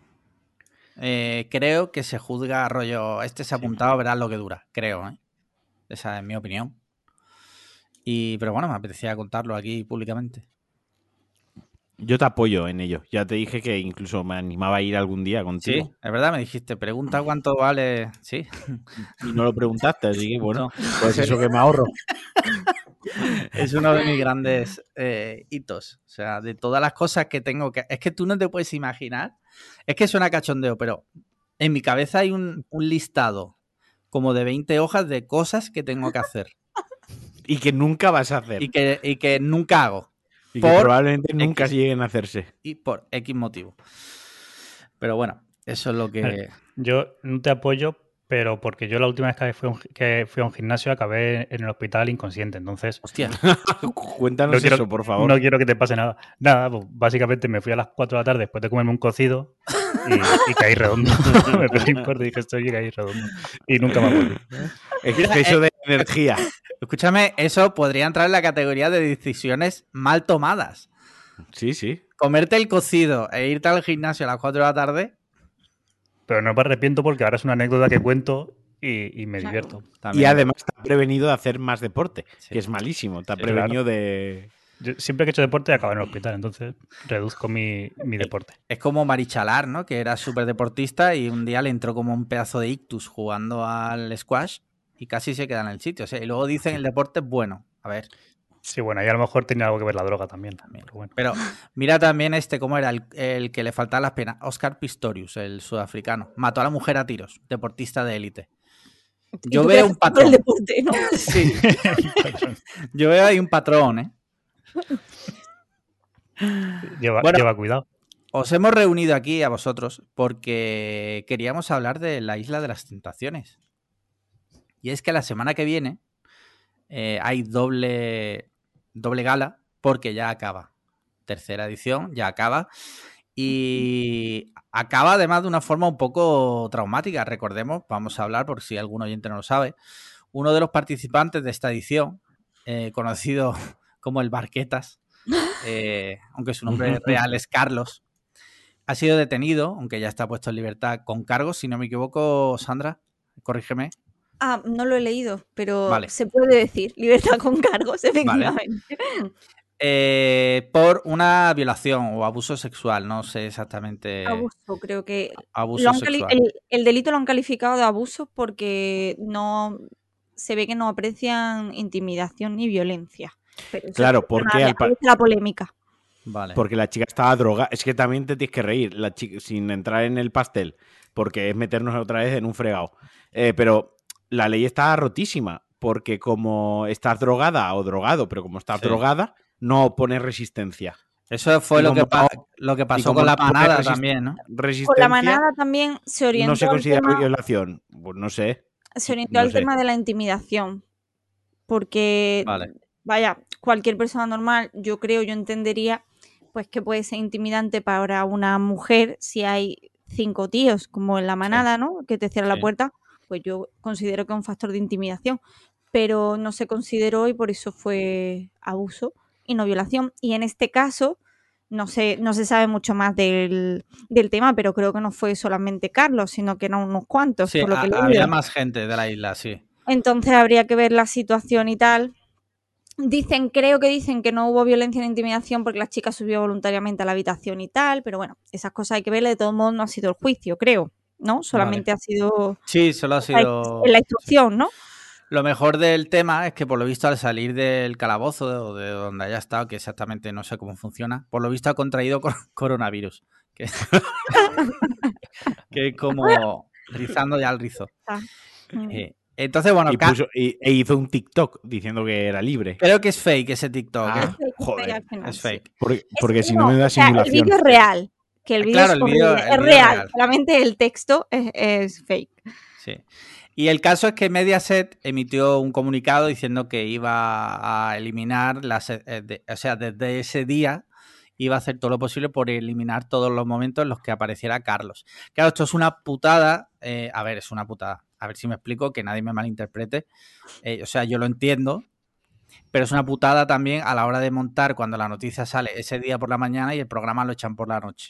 A: creo que se juzga rollo, este se ha apuntado, verás lo que dura, creo, ¿eh? Esa es mi opinión. Pero bueno, me apetecía contarlo aquí públicamente.
B: Yo te apoyo en ello. Ya te dije que incluso me animaba a ir algún día contigo.
A: Sí, es verdad, me dijiste, pregunta cuánto vale. Sí.
B: Y no lo preguntaste, así que bueno, pues eso que me ahorro.
A: Es uno de mis grandes hitos. O sea, de todas las cosas que tengo que... Es que tú no te puedes imaginar. Es que suena cachondeo, pero en mi cabeza hay un listado como de 20 hojas de cosas que tengo que hacer.
B: Y que nunca vas a hacer.
A: Y que nunca hago.
B: Y que probablemente nunca lleguen a hacerse.
A: Y por X motivo. Pero bueno, eso es lo que...
C: Yo no te apoyo, pero porque yo la última vez que fui a un gimnasio acabé en el hospital inconsciente, entonces...
A: Hostia.
B: Cuéntanos eso, por favor.
C: No quiero que te pase nada. Nada, pues básicamente me fui a las 4 de la tarde después de comerme un cocido y caí redondo. Me pegué un corte y dije, estoy y caí redondo. Y nunca me volví.
B: Exceso de energía.
A: Escúchame, eso podría entrar en la categoría de decisiones mal tomadas.
B: Sí.
A: Comerte el cocido e irte al gimnasio a las 4 de la tarde.
C: Pero no me arrepiento porque ahora es una anécdota que cuento y me divierto.
B: También. Y además te ha prevenido de hacer más deporte, que es malísimo. Te ha prevenido de...
C: Yo siempre que he hecho deporte acabo en el hospital, entonces reduzco mi deporte.
A: Es como Marichalar, ¿no? Que era súper deportista y un día le entró como un pedazo de ictus jugando al squash y casi se queda en el sitio. O sea, y luego dicen el deporte es bueno. A ver.
C: Sí, bueno, ahí a lo mejor tenía algo que ver la droga también.
A: Pero mira también cómo era el que le faltaban las penas. Oscar Pistorius, el sudafricano. Mató a la mujer a tiros, deportista de élite. Yo veo un patrón.
D: El deporte, ¿no?
A: Sí. Yo veo ahí un patrón, ¿eh?
C: Lleva cuidado.
A: Os hemos reunido aquí a vosotros porque queríamos hablar de la Isla de las Tentaciones. Y es que la semana que viene hay doble gala porque ya acaba. Tercera edición, ya acaba. Y acaba además de una forma un poco traumática. Recordemos, vamos a hablar por si algún oyente no lo sabe. Uno de los participantes de esta edición, conocido como el Barquetas, aunque su nombre real es Carlos, ha sido detenido, aunque ya está puesto en libertad con cargos, si no me equivoco, Sandra, corrígeme.
D: No lo he leído, pero se puede decir libertad con cargos, efectivamente.
A: Vale. Por una violación o abuso sexual, no sé exactamente.
D: Abuso, creo que.
A: Abuso sexual.
D: El delito lo han calificado de abuso porque no se ve que no aprecian intimidación ni violencia. Pero
B: claro, porque
D: la polémica.
B: Vale. Porque la chica estaba drogada. Es que también te tienes que reír, la chica, sin entrar en el pastel, porque es meternos otra vez en un fregado. Pero la ley está rotísima, porque como estás drogada o drogado, pero como estás drogada, no pones resistencia.
A: Eso fue lo que pasó con la manada también, ¿no?
D: Con la manada también se orientó.
B: No se considera violación. Pues no sé.
D: Se orientó al tema de la intimidación. Porque, vaya, cualquier persona normal, yo entendería, pues que puede ser intimidante para una mujer si hay 5 tíos, como en la manada, ¿no? Que te cierra la puerta. Pues yo considero que es un factor de intimidación. Pero no se consideró y por eso fue abuso y no violación. Y en este caso, no se sabe mucho más del tema, pero creo que no fue solamente Carlos, sino que eran unos cuantos.
A: Sí,
D: por lo que
A: había más gente de la isla, sí.
D: Entonces habría que ver la situación y tal. Creo que dicen que no hubo violencia ni intimidación porque la chica subió voluntariamente a la habitación y tal, pero bueno, esas cosas hay que verle. De todos modos no ha sido el juicio, creo, ¿no? Solamente ha sido...
A: Sí, solo ha sido...
D: En la instrucción, ¿no?
A: Lo mejor del tema es que por lo visto al salir del calabozo o de donde haya estado, que exactamente no sé cómo funciona, por lo visto ha contraído coronavirus. Que es como rizando ya el rizo. Entonces, bueno...
B: E hizo un TikTok diciendo que era libre.
A: Creo que es fake ese TikTok.
B: Joder.
A: Es fake.
B: Porque si no me da simulación.
D: El vídeo es real. Que el vídeo es real. Solamente el texto es fake.
A: Sí. Y el caso es que Mediaset emitió un comunicado diciendo que iba a eliminar, desde ese día iba a hacer todo lo posible por eliminar todos los momentos en los que apareciera Carlos. Claro, esto es una putada. Es una putada. A ver si me explico, que nadie me malinterprete. Yo lo entiendo, pero es una putada también a la hora de montar cuando la noticia sale ese día por la mañana y el programa lo echan por la noche.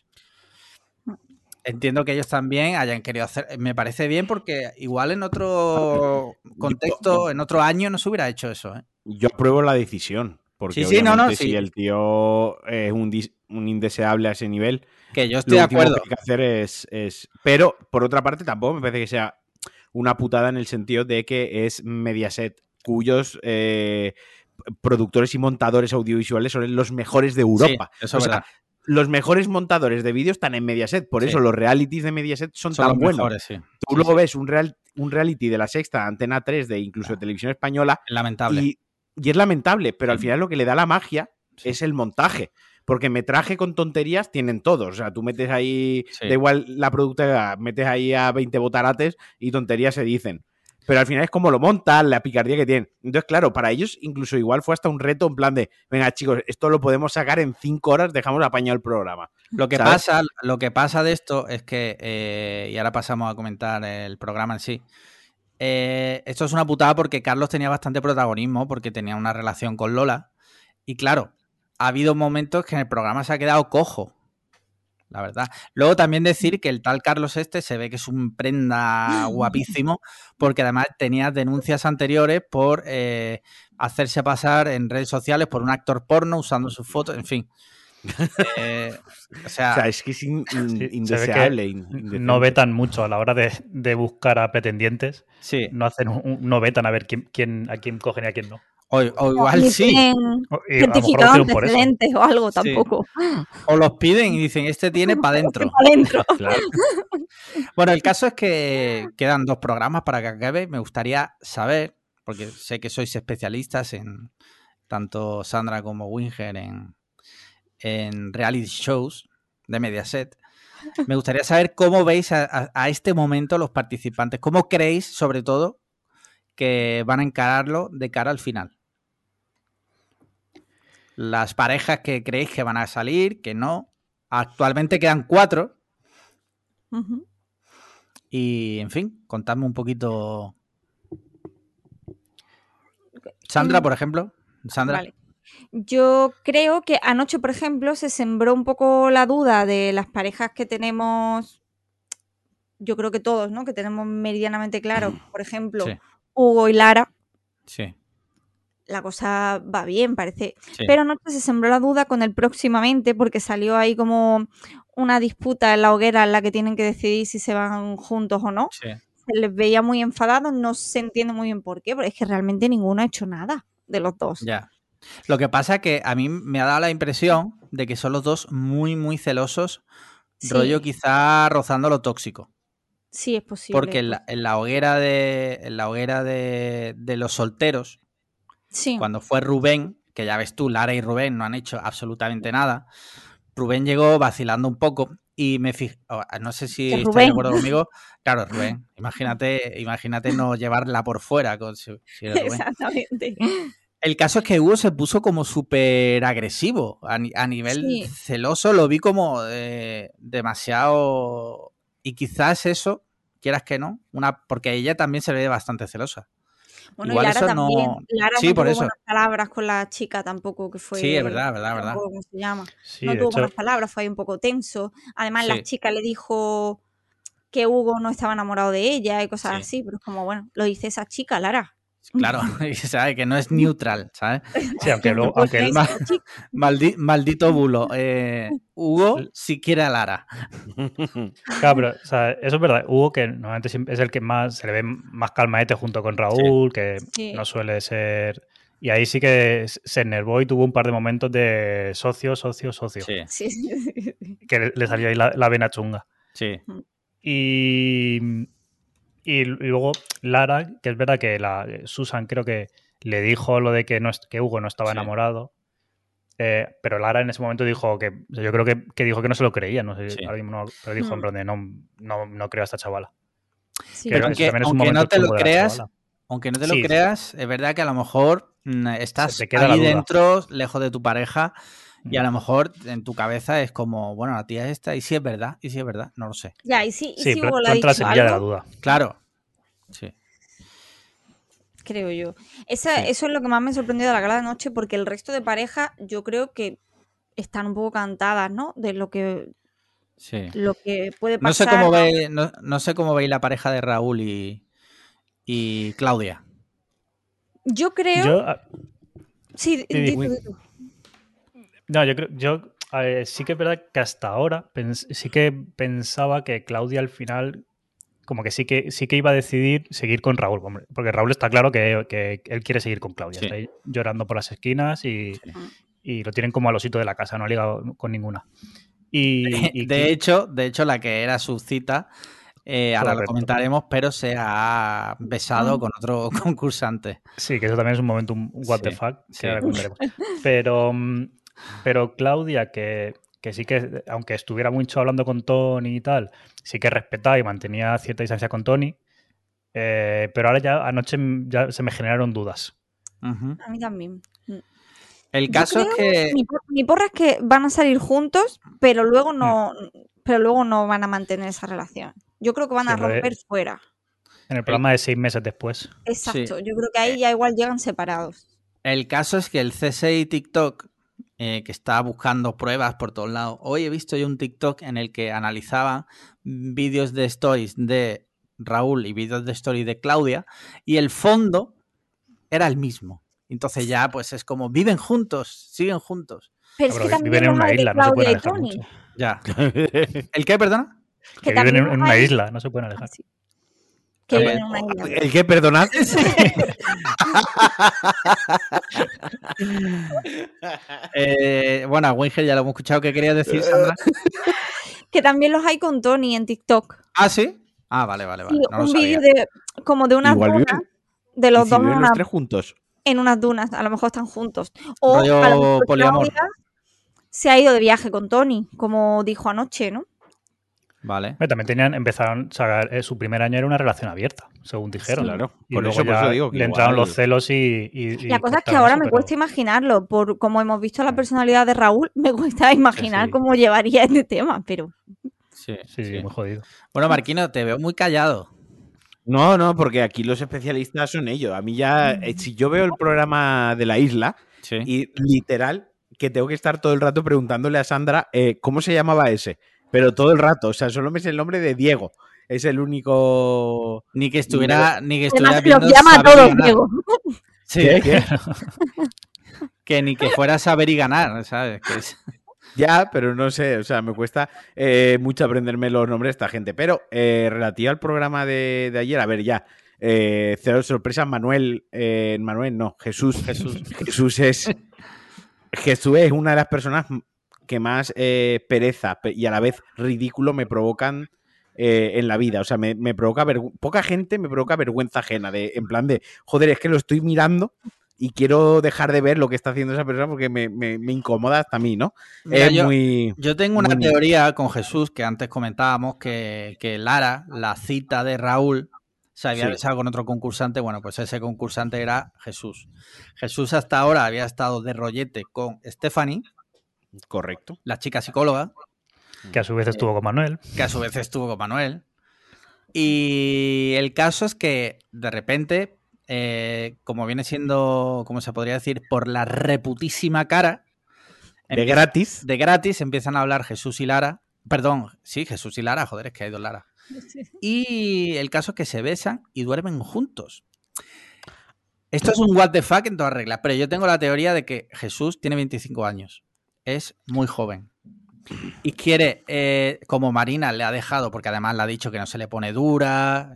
A: Entiendo que ellos también hayan querido hacer... Me parece bien porque igual en otro contexto, en otro año no se hubiera hecho eso, ¿eh?
B: Yo apruebo la decisión. Porque si el tío es un indeseable a ese nivel...
A: Que yo estoy de acuerdo.
B: Lo que hay que hacer es... Pero, por otra parte, tampoco me parece que sea una putada en el sentido de que es Mediaset, cuyos productores y montadores audiovisuales son los mejores de Europa.
A: Sí, eso es verdad.
B: Los mejores montadores de vídeos están en Mediaset, por eso los realities de Mediaset son tan buenos.
A: Mejores, sí.
B: Tú luego ves un reality de La Sexta, Antena 3, de incluso de Televisión Española.
A: Lamentable.
B: Y es lamentable, pero al final lo que le da la magia es el montaje. Porque metraje con tonterías tienen todos. O sea, tú metes ahí, da igual la productora, metes ahí a 20 botarates y tonterías se dicen. Pero al final es como lo montan, la picardía que tienen. Entonces, claro, para ellos incluso igual fue hasta un reto en plan de, venga, chicos, esto lo podemos sacar en 5 horas, dejamos apañado el programa.
A: Lo que pasa de esto es que, y ahora pasamos a comentar el programa en sí, esto es una putada porque Carlos tenía bastante protagonismo, porque tenía una relación con Lola, y claro, ha habido momentos que en el programa se ha quedado cojo. La verdad. Luego también decir que el tal Carlos se ve que es un prenda guapísimo, porque además tenía denuncias anteriores por hacerse pasar en redes sociales por un actor porno usando sus fotos, en fin.
B: O sea, es que es indeseable.
C: No vetan mucho a la hora de buscar a pretendientes.
A: Sí.
C: No vetan a ver a quién cogen y a quién no.
A: O igual sí.
D: Certificado antecedentes o algo, tampoco.
A: O los piden y dicen, este tiene para adentro.
B: Claro.
A: Bueno, el caso es que quedan 2 programas para que acabe. Me gustaría saber, porque sé que sois especialistas en tanto Sandra como Winger en reality shows de Mediaset. Me gustaría saber cómo veis a este momento los participantes. ¿Cómo creéis, sobre todo, que van a encararlo de cara al final? Las parejas que creéis que van a salir, que no. Actualmente quedan 4. Y, en fin, contadme un poquito. Sandra, por ejemplo. Sandra.
D: Vale. Yo creo que anoche, por ejemplo, se sembró un poco la duda de las parejas que tenemos, yo creo que todos, ¿no? Que tenemos meridianamente claro. Por ejemplo, sí. Hugo y Lara.
A: Sí.
D: La cosa va bien, parece. Sí. Pero anoche se sembró la duda con el próximamente, porque salió ahí como una disputa en la hoguera en la que tienen que decidir si se van juntos o no.
A: Sí.
D: Se les veía muy enfadados, no se entiende muy bien por qué, pero es que realmente ninguno ha hecho nada de los dos.
A: Ya. Lo que pasa es que a mí me ha dado la impresión de que son los dos muy, muy celosos, sí. Rollo quizá rozando lo tóxico.
D: Sí, es posible.
A: Porque en la hoguera de los solteros,
D: sí.
A: Cuando fue Rubén, que ya ves tú, Lara y Rubén no han hecho absolutamente nada, Rubén llegó vacilando un poco y me fijé, no sé si estáis de acuerdo conmigo. Claro, Rubén, imagínate no llevarla por fuera si eres Rubén.
D: Exactamente.
A: El caso es que Hugo se puso como súper agresivo, a nivel celoso, lo vi como demasiado, y quizás eso, quieras que no, porque ella también se ve bastante celosa.
D: Bueno, igual y Lara también. Lara no tuvo buenas palabras con la chica tampoco, que fue...
A: Sí, es verdad.
D: ¿Cómo se llama?
C: Sí,
D: no tuvo buenas palabras, fue ahí un poco tenso. Además, la chica le dijo que Hugo no estaba enamorado de ella y cosas así, pero es como, bueno, lo dice esa chica, Lara.
A: Claro, sabe que no es neutral, ¿sabes?
C: Sí, aunque el
A: maldito bulo. Hugo sí quiere a Lara.
C: Claro, pero o sea, eso es verdad. Hugo, que normalmente es el que más se le ve más calmaete junto con Raúl, que no suele ser... Y ahí sí que se enervó y tuvo un par de momentos de socio.
D: Sí.
C: Que le salió ahí la vena chunga.
A: Sí.
C: Y luego Lara, que es verdad que Susan creo que le dijo lo de que Hugo no estaba enamorado, pero Lara en ese momento dijo que, yo creo que dijo que no se lo creía, no sé, ahora mismo pero dijo en plan de no creo a esta chavala.
A: Sí. Pero aunque no te lo creas, es verdad que a lo mejor estás ahí dentro, lejos de tu pareja, y a lo mejor en tu cabeza es como, bueno, la tía esta, y si es verdad, no lo sé.
D: Ya, y si
C: Hugo
D: le ha dicho
C: la semilla
D: algo,
C: de la duda.
A: Claro. Sí.
D: Creo yo. Eso es lo que más me sorprendió de la gala de noche, porque el resto de parejas yo creo que están un poco cantadas, ¿no? De lo que puede pasar.
A: No sé cómo veis la pareja de Raúl y Claudia.
D: Yo creo... Sí,
C: No, yo sí que es verdad que hasta ahora sí que pensaba que Claudia al final como que sí que iba a decidir seguir con Raúl, hombre, porque Raúl está claro que él quiere seguir con Claudia, está ahí llorando por las esquinas y lo tienen como al osito de la casa, no ha ligado con ninguna.
A: De hecho, la que era su cita, ahora lo comentaremos, pero se ha besado con otro concursante.
C: Sí, que eso también es un momento un what the fuck, que ahora comentaremos. Pero Claudia, que sí que, aunque estuviera mucho hablando con Tony y tal, sí que respetaba y mantenía cierta distancia con Tony, pero ahora ya anoche ya se me generaron dudas.
D: Uh-huh. A mí también.
A: El caso es que...
D: Mi porra es que van a salir juntos, pero luego no van a mantener esa relación. Yo creo que van a romper fuera.
C: En el programa de 6 meses después.
D: Exacto, yo creo que ahí ya igual llegan separados.
A: El caso es que el CSI TikTok, que está buscando pruebas por todos lados, hoy he visto yo un TikTok en el que analizaba vídeos de stories de Raúl y vídeos de stories de Claudia, y el fondo era el mismo. Entonces ya pues es como, viven juntos, siguen juntos.
D: Pero es que
C: viven en una isla, no se pueden alejar mucho.
A: Ya. ¿El qué, perdona?
C: Que viven en una isla, no se pueden alejar.
D: Que viven en una isla.
B: ¿El qué? Perdonad.
A: Bueno, a Winger ya lo hemos escuchado. ¿Qué querías decir, Sandra?
D: Que también los hay con Tony en TikTok.
A: ¿Ah, sí? Ah, vale.
D: Sí,
A: no
D: un vídeo como de unas dunas. De los dos
B: los tres juntos.
D: En unas dunas. A lo mejor están juntos. O
A: rollo
D: a lo mejor
A: poliamor.
D: Se ha ido de viaje con Tony, como dijo anoche, ¿no?
A: Vale.
C: También empezaron, o sea, su primer año era una relación abierta, según dijeron.
B: Sí, claro.
C: Y por eso digo que le entraron los celos y
D: la cosa es que ahora me cuesta imaginarlo, por como hemos visto la personalidad de Raúl, me cuesta imaginar cómo llevaría este tema, pero...
C: Sí, muy jodido.
A: Bueno, Marquino, te veo muy callado.
B: No, porque aquí los especialistas son ellos. A mí ya, si yo veo el programa de la isla, y literal, que tengo que estar todo el rato preguntándole a Sandra cómo se llamaba ese. Pero todo el rato, o sea, solo me sé el nombre de Diego. Es el único...
A: Ni que estuviera
D: Además,
A: viendo
D: los llama a todos Diego.
A: Sí, que ni que fuera a saber y ganar, ¿sabes? Que es...
B: Ya, pero no sé, o sea, me cuesta mucho aprenderme los nombres de esta gente. Pero relativo al programa de ayer, a ver, ya. Cero sorpresas, Jesús. Jesús es una de las personas que más pereza y a la vez ridículo me provocan en la vida. O sea, me provoca poca gente me provoca vergüenza ajena, en plan de, joder, es que lo estoy mirando y quiero dejar de ver lo que está haciendo esa persona porque me incomoda hasta a mí, ¿no?
A: Mira, yo tengo una teoría con Jesús que antes comentábamos que Lara, la cita de Raúl, se había besado con otro concursante. Bueno, pues ese concursante era Jesús. Jesús hasta ahora había estado de rollete con Stephanie.
B: Correcto.
A: La chica psicóloga.
C: Que a su vez estuvo con Manuel.
A: Y el caso es que de repente, como viene siendo, como se podría decir, por la reputísima cara.
B: De gratis,
A: empiezan a hablar Jesús y Lara. Perdón, sí, Jesús y Lara, joder, es que hay dos Lara. Sí. Y el caso es que se besan y duermen juntos. Esto es un what the fuck en todas reglas, pero yo tengo la teoría de que Jesús tiene 25 años. Es muy joven. Y quiere, como Marina le ha dejado, porque además le ha dicho que no se le pone dura,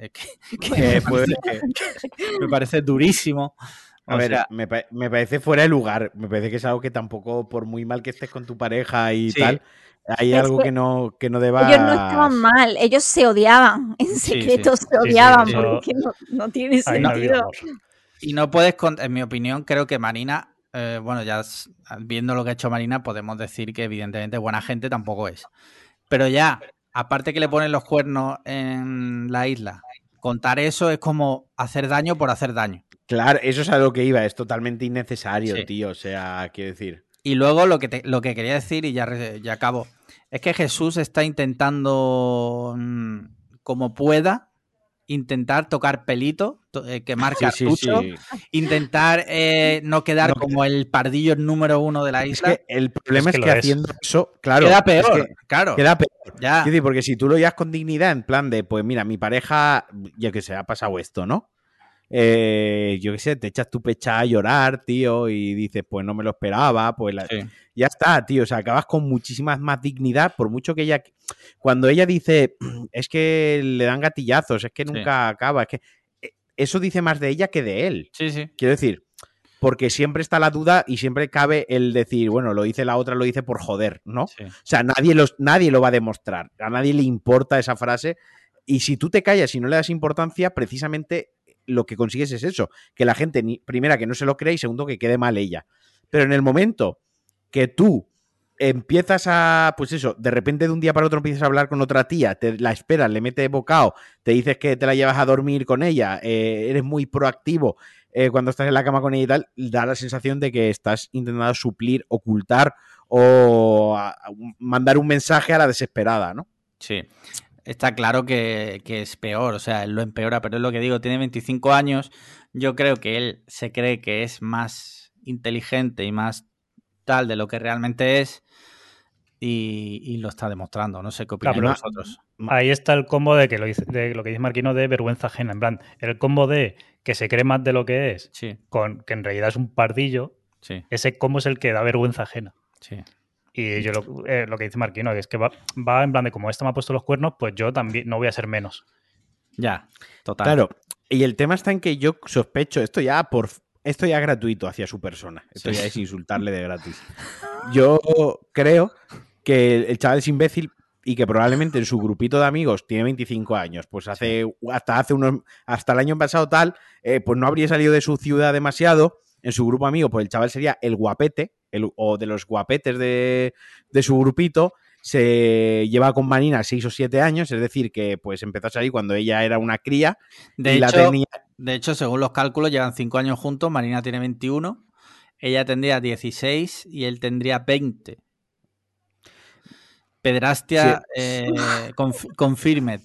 A: me parece durísimo.
B: A ver, me parece fuera de lugar. Me parece que es algo que tampoco, por muy mal que estés con tu pareja y tal, hay algo que no debas...
D: Ellos no estaban mal, ellos se odiaban, en secreto se odiaban, porque no tiene sentido.
A: Y no puedes, en mi opinión, creo que Marina, bueno, ya viendo lo que ha hecho Marina, podemos decir que evidentemente buena gente tampoco es. Pero ya, aparte que le ponen los cuernos en la isla, contar eso es como hacer daño por hacer daño.
B: Claro, eso es a lo que iba, es totalmente innecesario, tío, o sea, quiero decir.
A: Y luego lo que quería decir, y ya acabo, es que Jesús está intentando, como pueda, intentar tocar pelito, quemar cartucho, intentar no quedar como el pardillo número 1 de la isla.
B: Es que el problema es que haciendo eso, claro,
A: queda peor, claro.
B: Queda peor.
A: Ya.
B: Quiero decir, porque si tú lo llevas con dignidad, en plan de, pues mira, mi pareja, ya que se ha pasado esto, ¿no? Yo qué sé, te echas tu pecha a llorar, tío, y dices, pues no me lo esperaba, pues ya está, tío, o sea, acabas con muchísimas más dignidad, por mucho que ella, cuando ella dice, es que le dan gatillazos, es que nunca acaba, es que eso dice más de ella que de él.
A: Sí.
B: Quiero decir, porque siempre está la duda y siempre cabe el decir, bueno, lo dice la otra, lo dice por joder, ¿no? Sí. O sea, nadie lo va a demostrar, a nadie le importa esa frase, y si tú te callas y no le das importancia, precisamente lo que consigues es eso, que la gente, primera, que no se lo crea y segundo, que quede mal ella. Pero en el momento que tú empiezas a, pues eso, de repente de un día para otro empiezas a hablar con otra tía, te la esperas, le metes bocado, te dices que te la llevas a dormir con ella, eres muy proactivo cuando estás en la cama con ella y tal, da la sensación de que estás intentando suplir, ocultar o mandar un mensaje a la desesperada, ¿no?
A: Sí. Está claro que es peor, o sea, él lo empeora, pero es lo que digo, tiene 25 años, yo creo que él se cree que es más inteligente y más tal de lo que realmente es y lo está demostrando, no sé qué opináis vosotros.
C: Ahí está el combo de lo que dice Marquino de vergüenza ajena, en plan, el combo de que se cree más de lo que es, con que en realidad es un pardillo, ese combo es el que da vergüenza ajena.
A: Sí.
C: Y yo lo que dice Marquino, que es que va en plan de como esta me ha puesto los cuernos, pues yo también no voy a ser menos.
A: Ya, total.
B: Claro, y el tema está en que yo sospecho, esto ya es gratuito hacia su persona. Esto ya es insultarle de gratis. Yo creo que el chaval es imbécil y que probablemente en su grupito de amigos tiene 25 años. Pues hasta el año pasado pues no habría salido de su ciudad demasiado. En su grupo amigo, pues el chaval sería el guapete, o de los guapetes de su grupito. Se lleva con Marina 6 o 7 años, es decir, que pues empezó a salir cuando ella era una cría.
A: De hecho, según los cálculos, llevan 5 años juntos. Marina tiene 21, ella tendría 16 y él tendría 20. Pederastia, sí. Confirmed.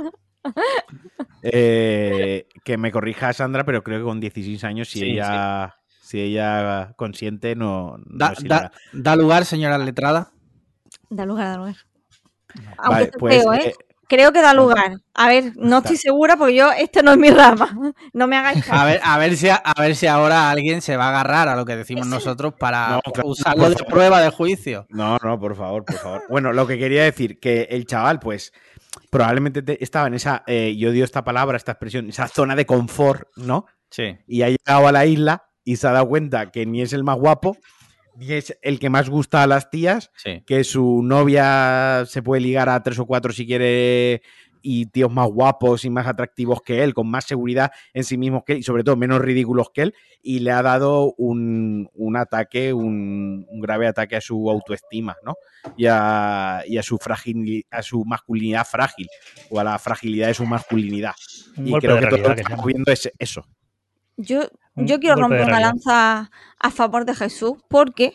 B: Que me corrija Sandra, pero creo que con 16 años, si ella consiente, no
A: da lugar, señora letrada.
D: Da lugar. Aunque vale, pues, feo, ¿eh? Creo que da lugar. A ver, no estoy segura porque no es mi rama. No me hagáis caso.
A: A ver si ahora alguien se va a agarrar a lo que decimos nosotros para usarlo de prueba de juicio.
B: No, por favor. Bueno, lo que quería decir, que el chaval, pues, probablemente estaba en esa, yo odio esta palabra, esta expresión, esa zona de confort, ¿no?
A: Sí.
B: Y ha llegado a la isla y se ha dado cuenta que ni es el más guapo, ni es el que más gusta a las tías, que su novia se puede ligar a 3 o 4 si quiere, y tíos más guapos y más atractivos que él, con más seguridad en sí mismos que él, y sobre todo menos ridículos que él, y le ha dado un ataque, un grave ataque a su autoestima, ¿no? Y a su masculinidad frágil, o a la fragilidad de su masculinidad. Y creo que todo lo que estamos viendo es eso.
D: Yo quiero romper una lanza a favor de Jesús porque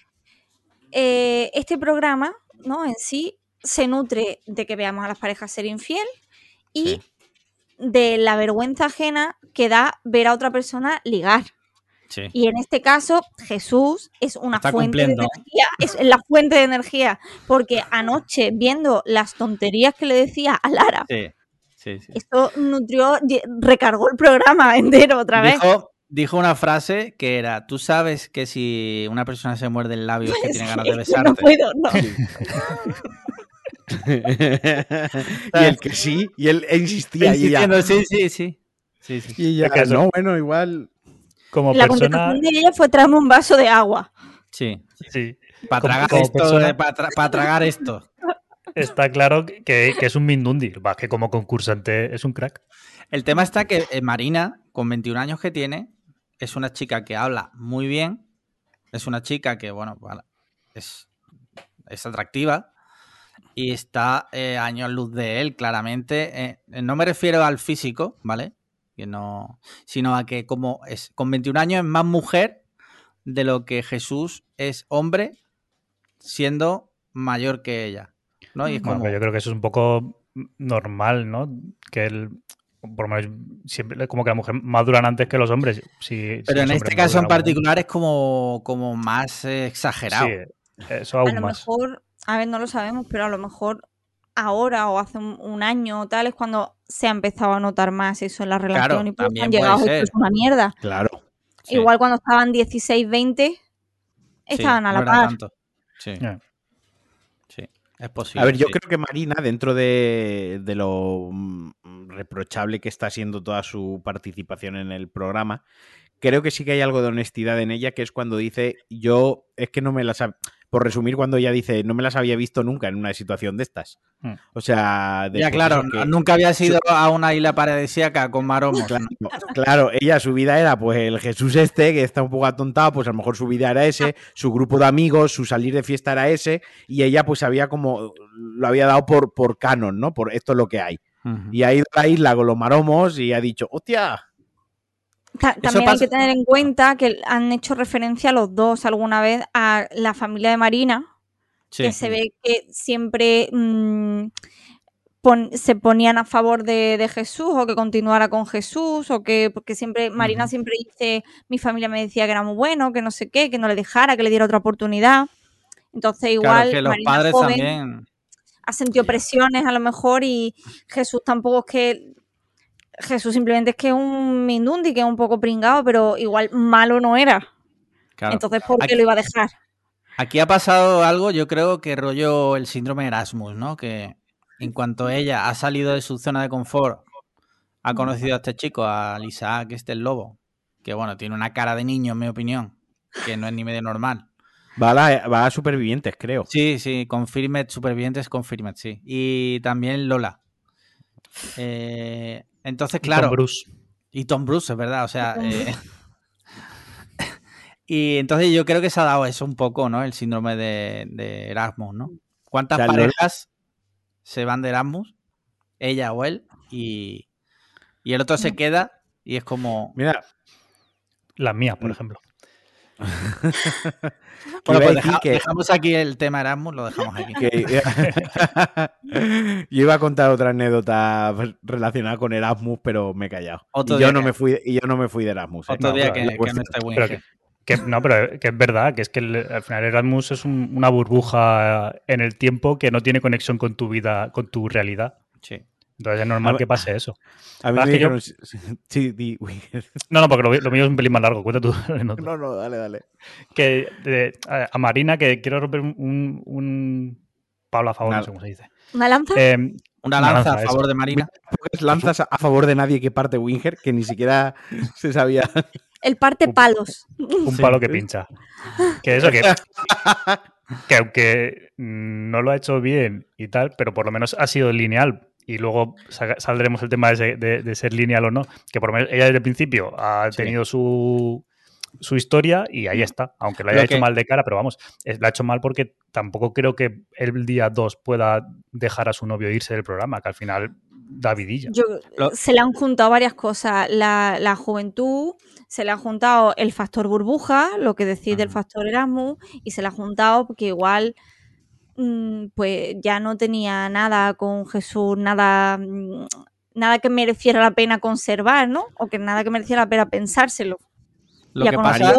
D: este programa, ¿no? En sí se nutre de que veamos a las parejas ser infiel y de la vergüenza ajena que da ver a otra persona ligar.
A: Sí.
D: Y en este caso, Jesús es una fuente de energía, es la fuente de energía, porque anoche viendo las tonterías que le decía a Lara, esto recargó el programa entero otra vez.
A: Dijo una frase que era: tú sabes que si una persona se muerde el labio es que tiene ganas de besarte.
D: No puedo, no.
B: Y el que sí, y él insistía.
A: Sí.
B: Y ella, no, bueno, igual.
C: Como
D: la
C: persona...
D: contestación de ella fue: tráeme un vaso de agua.
A: Sí. Para tragar esto, persona... para tragar esto.
C: Está claro que es un Mindundi, que como concursante es un crack.
A: El tema está que Marina, con 21 años que tiene, es una chica que habla muy bien, es una chica que, bueno, es atractiva y está años luz de él, claramente. No me refiero al físico, ¿vale? Que no, sino a que como es con 21 años es más mujer de lo que Jesús es hombre, siendo mayor que ella, ¿no? Y es
C: bueno, yo creo que eso es un poco normal, ¿no? Que él, por lo menos, siempre como que las mujeres maduran antes que los hombres.
A: Pero en este caso en particular es como más exagerado.
C: Sí, eso aún más.
D: A lo mejor, a ver, no lo sabemos, pero a lo mejor ahora o hace un año o tal es cuando se ha empezado a notar más eso en la relación, y pues han llegado a es una mierda.
B: Claro.
A: Sí.
D: Igual cuando estaban 16, 20 estaban a la par.
A: Tanto. Sí. Es posible.
B: A ver, yo creo que Marina, dentro de lo reprochable que está siendo toda su participación en el programa, creo que sí que hay algo de honestidad en ella, que es cuando dice, es que no me las... Por resumir, cuando ella dice, no me las había visto nunca en una situación de estas. O sea...
A: Ya, claro, nunca había ido a una isla paradisíaca con maromos.
B: Claro, ella, su vida era pues el Jesús que está un poco atontado, pues a lo mejor su vida era ese, su grupo de amigos, su salir de fiesta era ese, y ella pues lo había dado por canon, ¿no? Por esto es lo que hay. Y ha ido a la isla con los maromos y ha dicho, ¡hostia!
D: También hay que tener en cuenta que han hecho referencia a los dos alguna vez a la familia de Marina, que se ve que siempre se ponían a favor de Jesús, o que continuara con Jesús, o que porque siempre Marina siempre dice, mi familia me decía que era muy bueno, que no sé qué, que no le dejara, que le diera otra oportunidad. Entonces igual
A: que los
D: Marina
A: padres
D: joven
A: también
D: ha sentido presiones a lo mejor, y Jesús tampoco es que... Jesús simplemente es que es un mindundi, que es un poco pringado, pero igual malo no era. Claro. Entonces, ¿por qué lo iba a dejar?
A: Aquí ha pasado algo, yo creo que rollo el síndrome Erasmus, ¿no? Que en cuanto ella ha salido de su zona de confort ha conocido a este chico, a Isaac, el lobo, que bueno, tiene una cara de niño, en mi opinión, que no es ni medio normal.
B: Va a Supervivientes, creo.
A: Sí, Confirmed, Supervivientes, Confirmed, sí. Y también Lola. Entonces, claro.
C: Tom Bruce.
A: Y Tom Bruce, es verdad, o sea... y entonces yo creo que se ha dado eso un poco, ¿no? El síndrome de Erasmus, ¿no? ¿Cuántas parejas se van de Erasmus? Ella o él, y el otro se queda y es como...
B: Mira.
C: La mía, por ejemplo.
A: Bueno, pues dejamos aquí el tema Erasmus, lo dejamos aquí.
B: Yo iba a contar otra anécdota relacionada con Erasmus, pero me he callado. Y yo no me fui de Erasmus.
A: Otro día que no esté Winger.
C: Pero que es verdad, que es que al final Erasmus es una burbuja en el tiempo que no tiene conexión con tu vida, con tu realidad.
A: Sí.
C: Entonces es normal que pase eso.
B: A mí me dijeron... Sí,
C: No, porque lo mío es un pelín más largo. Cuenta tú.
B: No, dale.
C: Que a Marina, que quiero romper un palo a favor, no sé cómo se dice.
D: ¿Una lanza?
A: Una lanza a favor de Marina.
B: Pocas lanzas a favor de nadie que parte Winger, que ni siquiera se sabía.
D: El parte palos.
C: Un palo que pincha. Que eso, que aunque no lo ha hecho bien y tal, pero por lo menos ha sido lineal. Y luego saldremos el tema de ser lineal o no. Que por lo menos ella desde el principio ha tenido su historia y ahí está. Aunque lo haya hecho mal de cara, pero vamos, lo ha hecho mal porque tampoco creo que el día 2 pueda dejar a su novio e irse del programa, que al final da vidilla.
D: Se le han juntado varias cosas. La juventud, se le ha juntado el factor burbuja, lo que decide el factor Erasmus, y se le ha juntado porque igual pues ya no tenía nada con Jesús, nada que mereciera la pena conservar, ¿no? O que nada que mereciera la pena pensárselo.
A: Lo que pasa...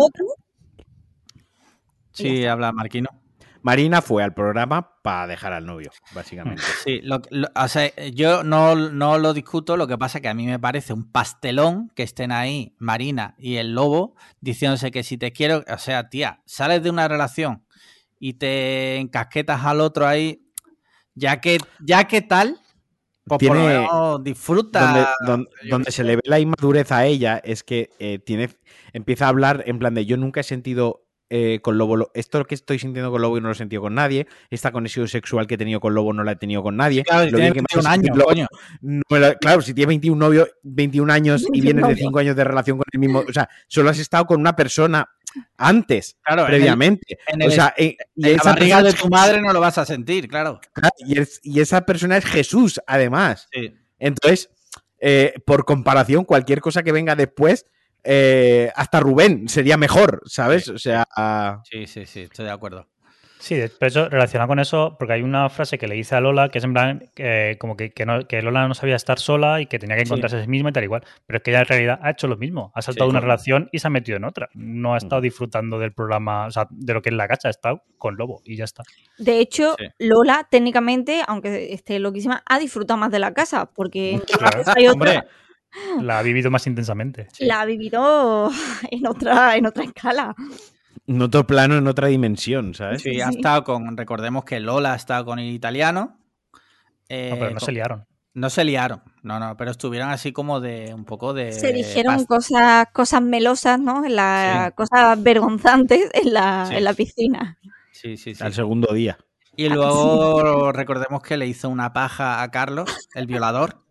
A: Sí, habla Marquino.
B: Marina fue al programa para dejar al novio, básicamente.
A: Sí, o sea, yo no lo discuto, lo que pasa es que a mí me parece un pastelón que estén ahí Marina y el lobo diciéndose que si te quiero, o sea, tía, sales de una relación y te encasquetas al otro ahí, ya que tal, pues por lo menos disfruta.
B: Donde se le ve la inmadurez a ella es que empieza a hablar en plan de yo nunca he sentido con Lobo, esto que estoy sintiendo con Lobo y no lo he sentido con nadie, esta conexión sexual que he tenido con Lobo no la he tenido con nadie.
A: Claro, si tiene 21 años, coño.
B: Claro, si tienes 21 años y vienes de 5 años de relación con el mismo, o sea, solo has estado con una persona antes,
A: claro,
B: previamente.
A: En la barriga de tu madre no lo vas a sentir, claro.
B: Y esa persona es Jesús, además.
A: Sí.
B: Entonces, por comparación, cualquier cosa que venga después, hasta Rubén sería mejor, ¿sabes?
A: Sí.
B: O sea...
A: Sí, estoy de acuerdo.
C: Sí, pero eso, relacionado con eso, porque hay una frase que le dice a Lola que es en plan como que Lola no sabía estar sola y que tenía que encontrarse a sí misma y tal igual. Pero es que ella en realidad ha hecho lo mismo. Ha saltado de una relación y se ha metido en otra. No ha estado disfrutando del programa, o sea, de lo que es La Cacha, ha estado con Lobo y ya está.
D: De hecho, Lola, técnicamente, aunque esté loquísima, ha disfrutado más de La Casa, porque entre una cosa y otra...
C: La ha vivido más intensamente.
D: Sí. La ha vivido en otra escala.
B: En otro plano, en otra dimensión, ¿sabes?
A: Sí, ha estado recordemos que Lola ha estado con el italiano.
C: Pero no se liaron.
A: No se liaron, no, pero estuvieron así como de un poco de...
D: Se dijeron cosas melosas, ¿no? Cosas vergonzantes en la piscina.
A: Sí.
B: Al segundo día.
A: Y luego recordemos que le hizo una paja a Carlos, el violador,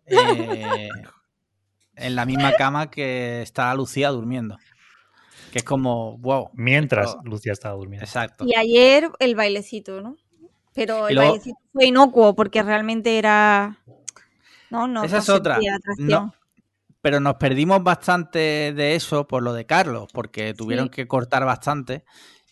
A: en la misma cama que está Lucía durmiendo. Que es como, wow.
C: Mientras Lucía estaba durmiendo.
A: Exacto.
D: Y ayer el bailecito, ¿no? Pero el bailecito fue inocuo porque realmente era... No,
A: esa es otra. No, pero nos perdimos bastante de eso por lo de Carlos, porque tuvieron que cortar bastante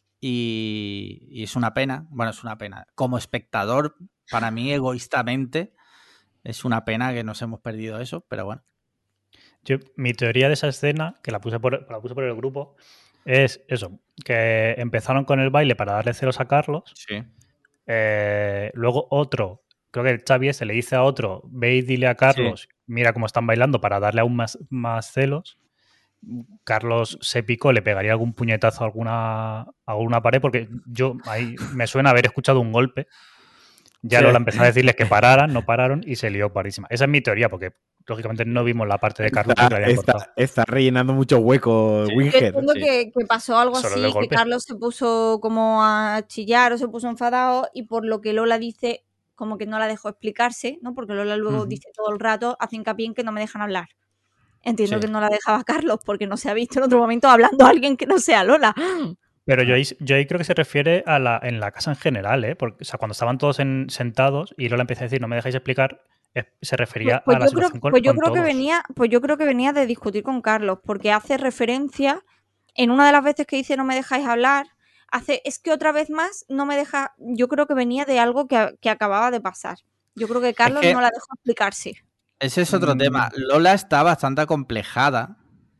A: y es una pena. Bueno, es una pena. Como espectador, para mí, egoístamente, es una pena que nos hemos perdido eso, pero bueno.
C: Mi teoría de esa escena, que la puse por el grupo, es eso, que empezaron con el baile para darle celos a Carlos.
A: Sí.
C: Luego otro, creo que el Xavi le dice a otro, ve y dile a Carlos, mira cómo están bailando para darle aún más celos. Carlos se picó, le pegaría algún puñetazo a alguna pared, porque yo ahí me suena haber escuchado un golpe. Ya Lola empezó a decirles que pararan, no pararon y se lió parísima. Esa es mi teoría, porque lógicamente no vimos la parte de Carlos
B: Está,
C: que le habían cortado.
B: Está rellenando muchos huecos, Winger.
D: Yo entiendo que pasó algo
C: Solo
D: así,
C: de
D: que
C: golpe.
D: Carlos se puso como a chillar o se puso enfadado y por lo que Lola dice, como que no la dejó explicarse, ¿no? Porque Lola luego dice todo el rato, hace hincapié en que no me dejan hablar. Entiendo que no la dejaba Carlos porque no se ha visto en otro momento hablando a alguien que no sea Lola.
C: Pero yo ahí creo que se refiere en la casa en general, ¿eh? Porque, o sea, cuando estaban todos sentados y Lola empieza a decir no me dejáis explicar, se refería a la situación con todos.
D: Pues yo creo que venía de discutir con Carlos, porque hace referencia, en una de las veces que dice no me dejáis hablar, es que otra vez más no me deja, yo creo que venía de algo que acababa de pasar. Yo creo que Carlos no la dejó explicarse.
A: Ese es otro tema. Lola está bastante acomplejada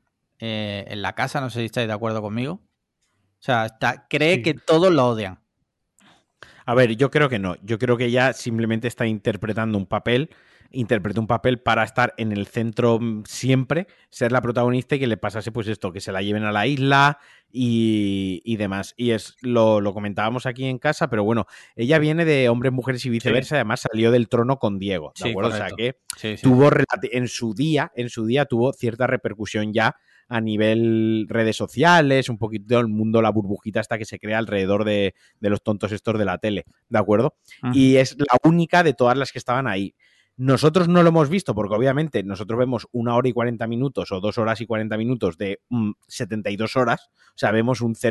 A: en la casa, no sé si estáis de acuerdo conmigo. O sea, cree que todos lo odian.
B: A ver, yo creo que no. Yo creo que ella simplemente está interpretando un papel. Interpreta un papel para estar en el centro siempre, ser la protagonista y que le pasase pues esto, que se la lleven a la isla y demás. Y lo comentábamos aquí en casa, pero bueno, ella viene de Hombres, Mujeres y Viceversa, además salió del trono con Diego, ¿de acuerdo?
A: Correcto.
B: O sea que tuvo en su día tuvo cierta repercusión ya a nivel redes sociales, un poquito el mundo, la burbujita hasta que se crea alrededor de los tontos estos de la tele, ¿de acuerdo? Y es la única de todas las que estaban ahí. Nosotros no lo hemos visto porque obviamente nosotros vemos 1 hora y 40 minutos o 2 horas y 40 minutos de 72 horas, o sea, vemos un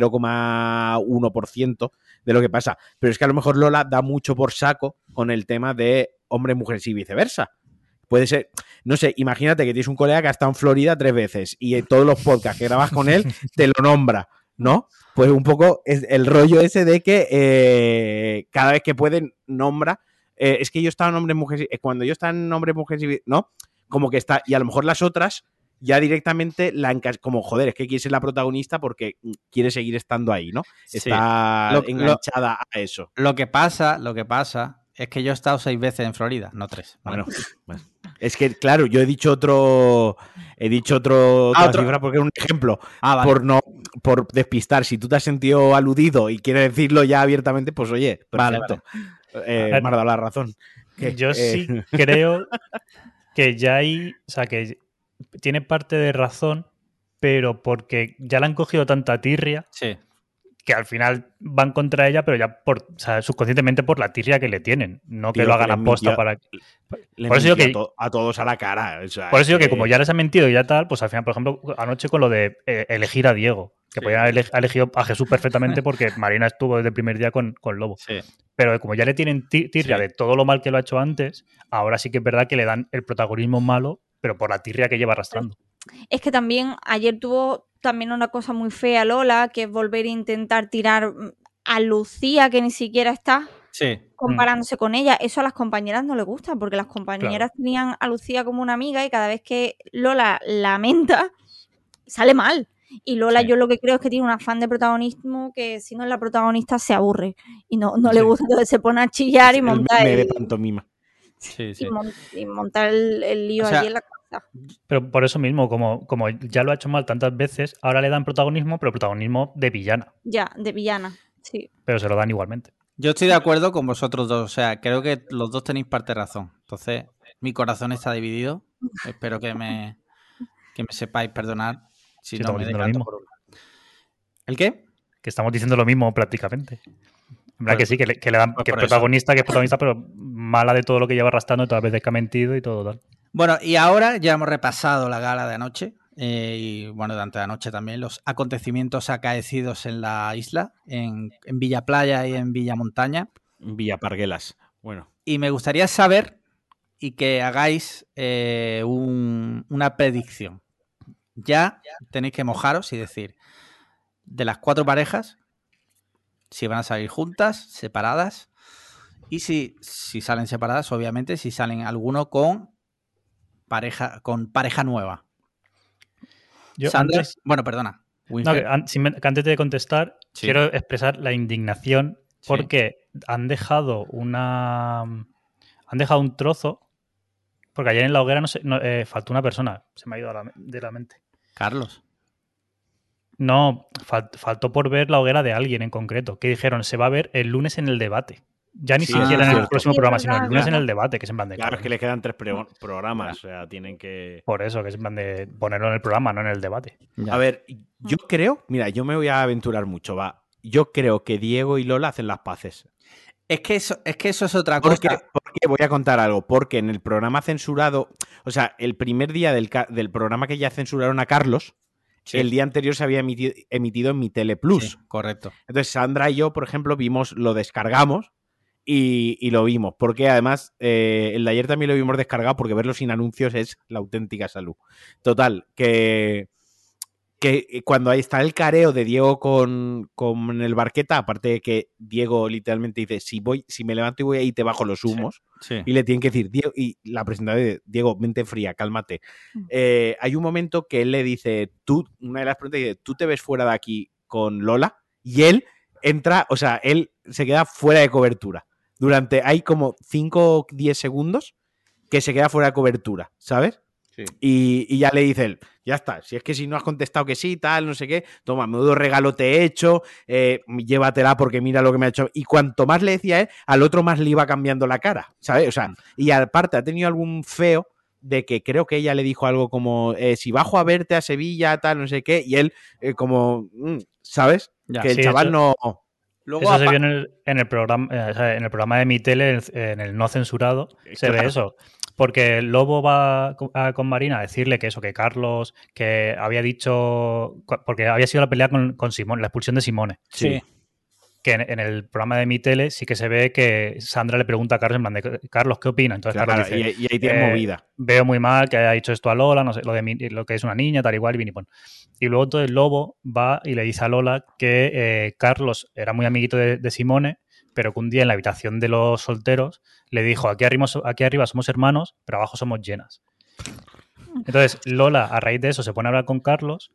B: 0,1% de lo que pasa. Pero es que a lo mejor Lola da mucho por saco con el tema de hombres, mujeres y viceversa. Puede ser, no sé, imagínate que tienes un colega que ha estado en Florida 3 veces y en todos los podcasts que grabas con él te lo nombra, ¿no? Pues un poco es el rollo ese de que cada vez que pueden nombra. Es que yo estaba en hombres, mujeres, cuando yo estaba en hombres, mujeres, ¿no? Como que está, y a lo mejor las otras ya directamente como, joder, es que quiere ser la protagonista porque quiere seguir estando ahí, ¿no? Sí. Está enganchada a eso.
A: Lo que pasa es que yo he estado 6 veces en Florida, no 3.
B: ¿vale? Bueno, es que, claro, yo he dicho otra cifra porque es un ejemplo. Vale. Por despistar. Si tú te has sentido aludido y quieres decirlo ya abiertamente, pues oye, perfecto. Vale. Me has dado la razón.
C: Yo sí creo que ya hay, o sea, que tiene parte de razón, pero porque ya le han cogido tanta tirria que al final van contra ella, pero ya subconscientemente por la tirria que le tienen, no que lo hagan aposta para...
B: Por eso digo que a todos a la cara. O sea,
C: por eso digo que como ya les han mentido y ya tal, pues al final, por ejemplo, anoche con lo de elegir a Diego, que podían haber elegido a Jesús perfectamente porque Marina estuvo desde el primer día con Lobo. Sí. Pero como ya le tienen tirria de todo lo mal que lo ha hecho antes, ahora sí que es verdad que le dan el protagonismo malo, pero por la tirria que lleva arrastrando.
D: Es que también ayer tuvo también una cosa muy fea Lola, que es volver a intentar tirar a Lucía, que ni siquiera está comparándose con ella. Eso a las compañeras no les gusta, porque las compañeras tenían a Lucía como una amiga y cada vez que Lola lamenta, sale mal. Y Lola yo lo que creo es que tiene un afán de protagonismo que si no es la protagonista se aburre y no le gusta, entonces se pone a chillar y montar
B: de pantomima.
D: Y montar el lío allí en la casa.
C: Pero por eso mismo, como ya lo ha hecho mal tantas veces, ahora le dan protagonismo, pero protagonismo de villana.
D: Ya, de villana, sí.
C: Pero se lo dan igualmente.
A: Yo estoy de acuerdo con vosotros dos, o sea, creo que los dos tenéis parte de razón. Entonces, mi corazón está dividido. Espero que me sepáis perdonar si no me decanto por una. ¿El qué?
C: Que estamos diciendo lo mismo prácticamente. En verdad que sí, que le dan que es protagonista, pero mala de todo lo que lleva arrastrando todas las veces que ha mentido y todo tal.
A: Bueno, y ahora ya hemos repasado la gala de anoche y bueno, durante la noche también los acontecimientos acaecidos en la isla, en Villa Playa y en Villa Montaña.
B: Villa Parguelas. Bueno.
A: Y me gustaría saber y que hagáis una predicción. Ya tenéis que mojaros y decir de las 4 parejas si van a salir juntas, separadas, y si salen separadas, obviamente, si salen alguno con pareja nueva. Sandra, bueno, perdona.
C: No, que antes de contestar, quiero expresar la indignación porque han dejado un trozo, porque ayer en la hoguera faltó una persona, se me ha ido de la mente.
A: Carlos.
C: No, faltó por ver la hoguera de alguien en concreto, que dijeron se va a ver el lunes en el debate. Ya ni siquiera en el próximo programa, sino el lunes en el debate, que es en plan de...
B: Claro, es que les quedan 3 programas, o sea, tienen que...
C: Por eso, que es en plan de ponerlo en el programa, no en el debate.
B: Ya. A ver, yo creo... Mira, yo me voy a aventurar mucho, va. Yo creo que Diego y Lola hacen las paces.
A: Es que eso es otra cosa.
B: Porque voy a contar algo. Porque en el programa censurado... O sea, el primer día del programa que ya censuraron a Carlos... Sí. El día anterior se había emitido en Mi Tele Plus.
A: Sí, correcto.
B: Entonces Sandra y yo, por ejemplo, lo descargamos y lo vimos. Porque además, el de ayer también lo vimos descargado porque verlo sin anuncios es la auténtica salud. Total, que cuando ahí está el careo de Diego con el Barqueta, aparte de que Diego literalmente dice, si me levanto y voy ahí te bajo los humos, sí. Y le tienen que decir, Diego, y la presentadora de Diego, mente fría, cálmate. Hay un momento que él le dice, una de las preguntas dice, ¿tú te ves fuera de aquí con Lola? Y él entra, o sea, él se queda fuera de cobertura. Hay como 5 o 10 segundos que se queda fuera de cobertura, ¿sabes? Sí. Y ya le dice él, ya está, si es que si no has contestado que sí, tal, no sé qué, toma, menudo regalo te he hecho, llévatela porque mira lo que me ha hecho. Y cuanto más le decía él, al otro más le iba cambiando la cara, ¿sabes? O sea, y aparte ha tenido algún feo de que creo que ella le dijo algo como, si bajo a verte a Sevilla, tal, no sé qué, y él como, ¿sabes? Ya, que el chaval
C: eso,
B: no...
C: Luego eso se vio en el programa de Mi Tele, en el no censurado, se ve eso. Porque Lobo va con Marina a decirle que Carlos, que había dicho, porque había sido la pelea con Simón, la expulsión de Simone.
B: Sí.
C: Que en el programa de Mi Tele sí que se ve que Sandra le pregunta a Carlos en plan de, Carlos, ¿qué opina? Entonces
B: claro,
C: Carlos dice,
B: y ahí tiene movida.
C: Veo muy mal que haya dicho esto a Lola, no sé, lo que es una niña, tal igual, y vinipón. Y luego entonces Lobo va y le dice a Lola que Carlos era muy amiguito de Simone, pero que un día en la habitación de los solteros le dijo, aquí arriba somos hermanos, pero abajo somos llenas. Entonces Lola, a raíz de eso, se pone a hablar con Carlos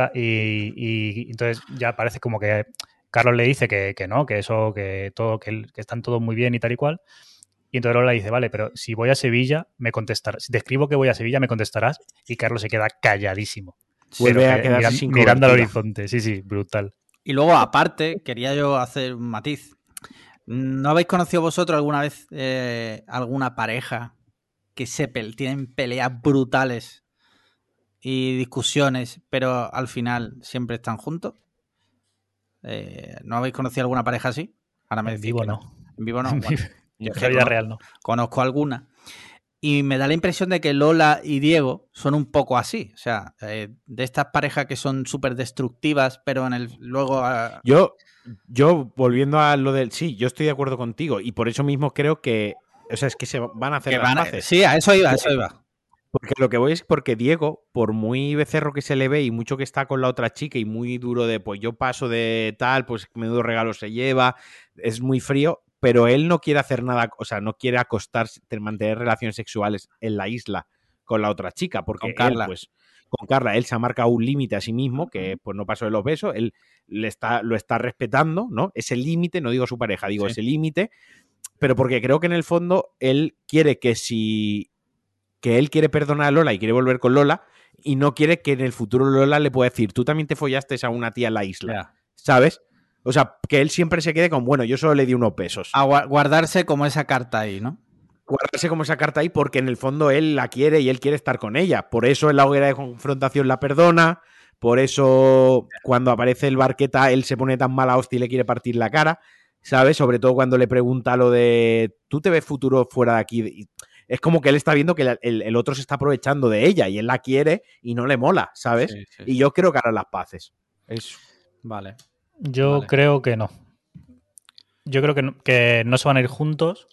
C: y entonces ya parece como que Carlos le dice que no, que eso, que todo, que están todos muy bien y tal y cual. Y entonces Lola dice, vale, pero si voy a Sevilla, me contestarás. Si te escribo que voy a Sevilla, me contestarás. Y Carlos se queda calladísimo.
B: Vuelve a quedarse sin
C: mirando al horizonte. Sí, sí, brutal.
A: Y luego, aparte, quería yo hacer un matiz. ¿No habéis conocido vosotros alguna vez alguna pareja que tienen peleas brutales y discusiones, pero al final siempre están juntos? ¿No habéis conocido alguna pareja así? Ahora me
C: en vivo no.
A: En vivo no. Bueno,
C: en la vida real no.
A: Conozco alguna. Y me da la impresión de que Lola y Diego son un poco así. O sea, de estas parejas que son súper destructivas, pero luego...
B: Yo, volviendo a lo del... Sí, yo estoy de acuerdo contigo. Y por eso mismo creo que... O sea, es que se van a hacer las paces.
A: Sí, a eso iba.
B: Porque lo que voy es porque Diego, por muy becerro que se le ve y mucho que está con la otra chica y muy duro de, pues yo paso de tal, pues menudo regalo se lleva, es muy frío, pero él no quiere hacer nada, o sea, no quiere acostarse, mantener relaciones sexuales en la isla con la otra chica, porque con Carla él se ha marcado un límite a sí mismo, que pues no pasó de los besos, él lo está respetando, ¿no? Ese límite, no digo su pareja, digo ese límite, pero porque creo que en el fondo él quiere que él quiere perdonar a Lola y quiere volver con Lola y no quiere que en el futuro Lola le pueda decir, tú también te follaste a una tía en la isla, ¿sabes? O sea, que él siempre se quede con, bueno, yo solo le di unos pesos.
A: A guardarse como esa carta ahí, ¿no?
B: Guardarse como esa carta ahí porque en el fondo él la quiere y él quiere estar con ella. Por eso en la hoguera de confrontación la perdona, por eso cuando aparece el Barqueta él se pone tan mala hostia y le quiere partir la cara, ¿sabes? Sobre todo cuando le pregunta lo de, ¿tú te ves futuro fuera de aquí? Es como que él está viendo que el otro se está aprovechando de ella y él la quiere y no le mola, ¿sabes? Sí. Y yo creo que harán las paces. Eso.
A: Vale.
C: Yo creo que no. Yo creo que no se van a ir juntos,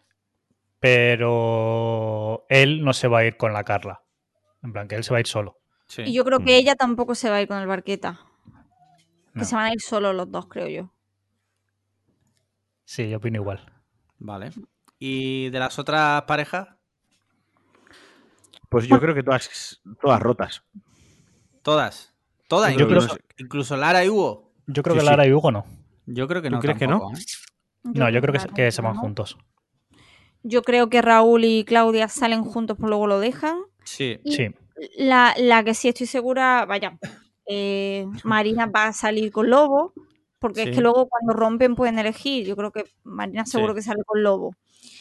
C: pero él no se va a ir con la Carla. En plan, que él se va a ir solo.
D: Sí. Y yo creo que ella tampoco se va a ir con el Barqueta. Que se van a ir solos los dos, creo yo.
C: Sí, yo opino igual.
A: Vale. ¿Y de las otras parejas?
B: Pues yo creo que todas rotas.
A: ¿Todas? Incluso Lara y Hugo.
C: Yo creo que Lara y Hugo no.
A: Yo creo que
B: no.
A: ¿Tú
B: crees
A: tampoco,
B: que
C: no? No, yo creo que se van juntos.
D: Yo creo que Raúl y Claudia salen juntos, pero luego lo dejan.
A: Sí.
C: Sí.
D: La que sí estoy segura, vaya, Marina va a salir con Lobo. Porque es que luego cuando rompen pueden elegir. Yo creo que Marina seguro que sale con Lobo.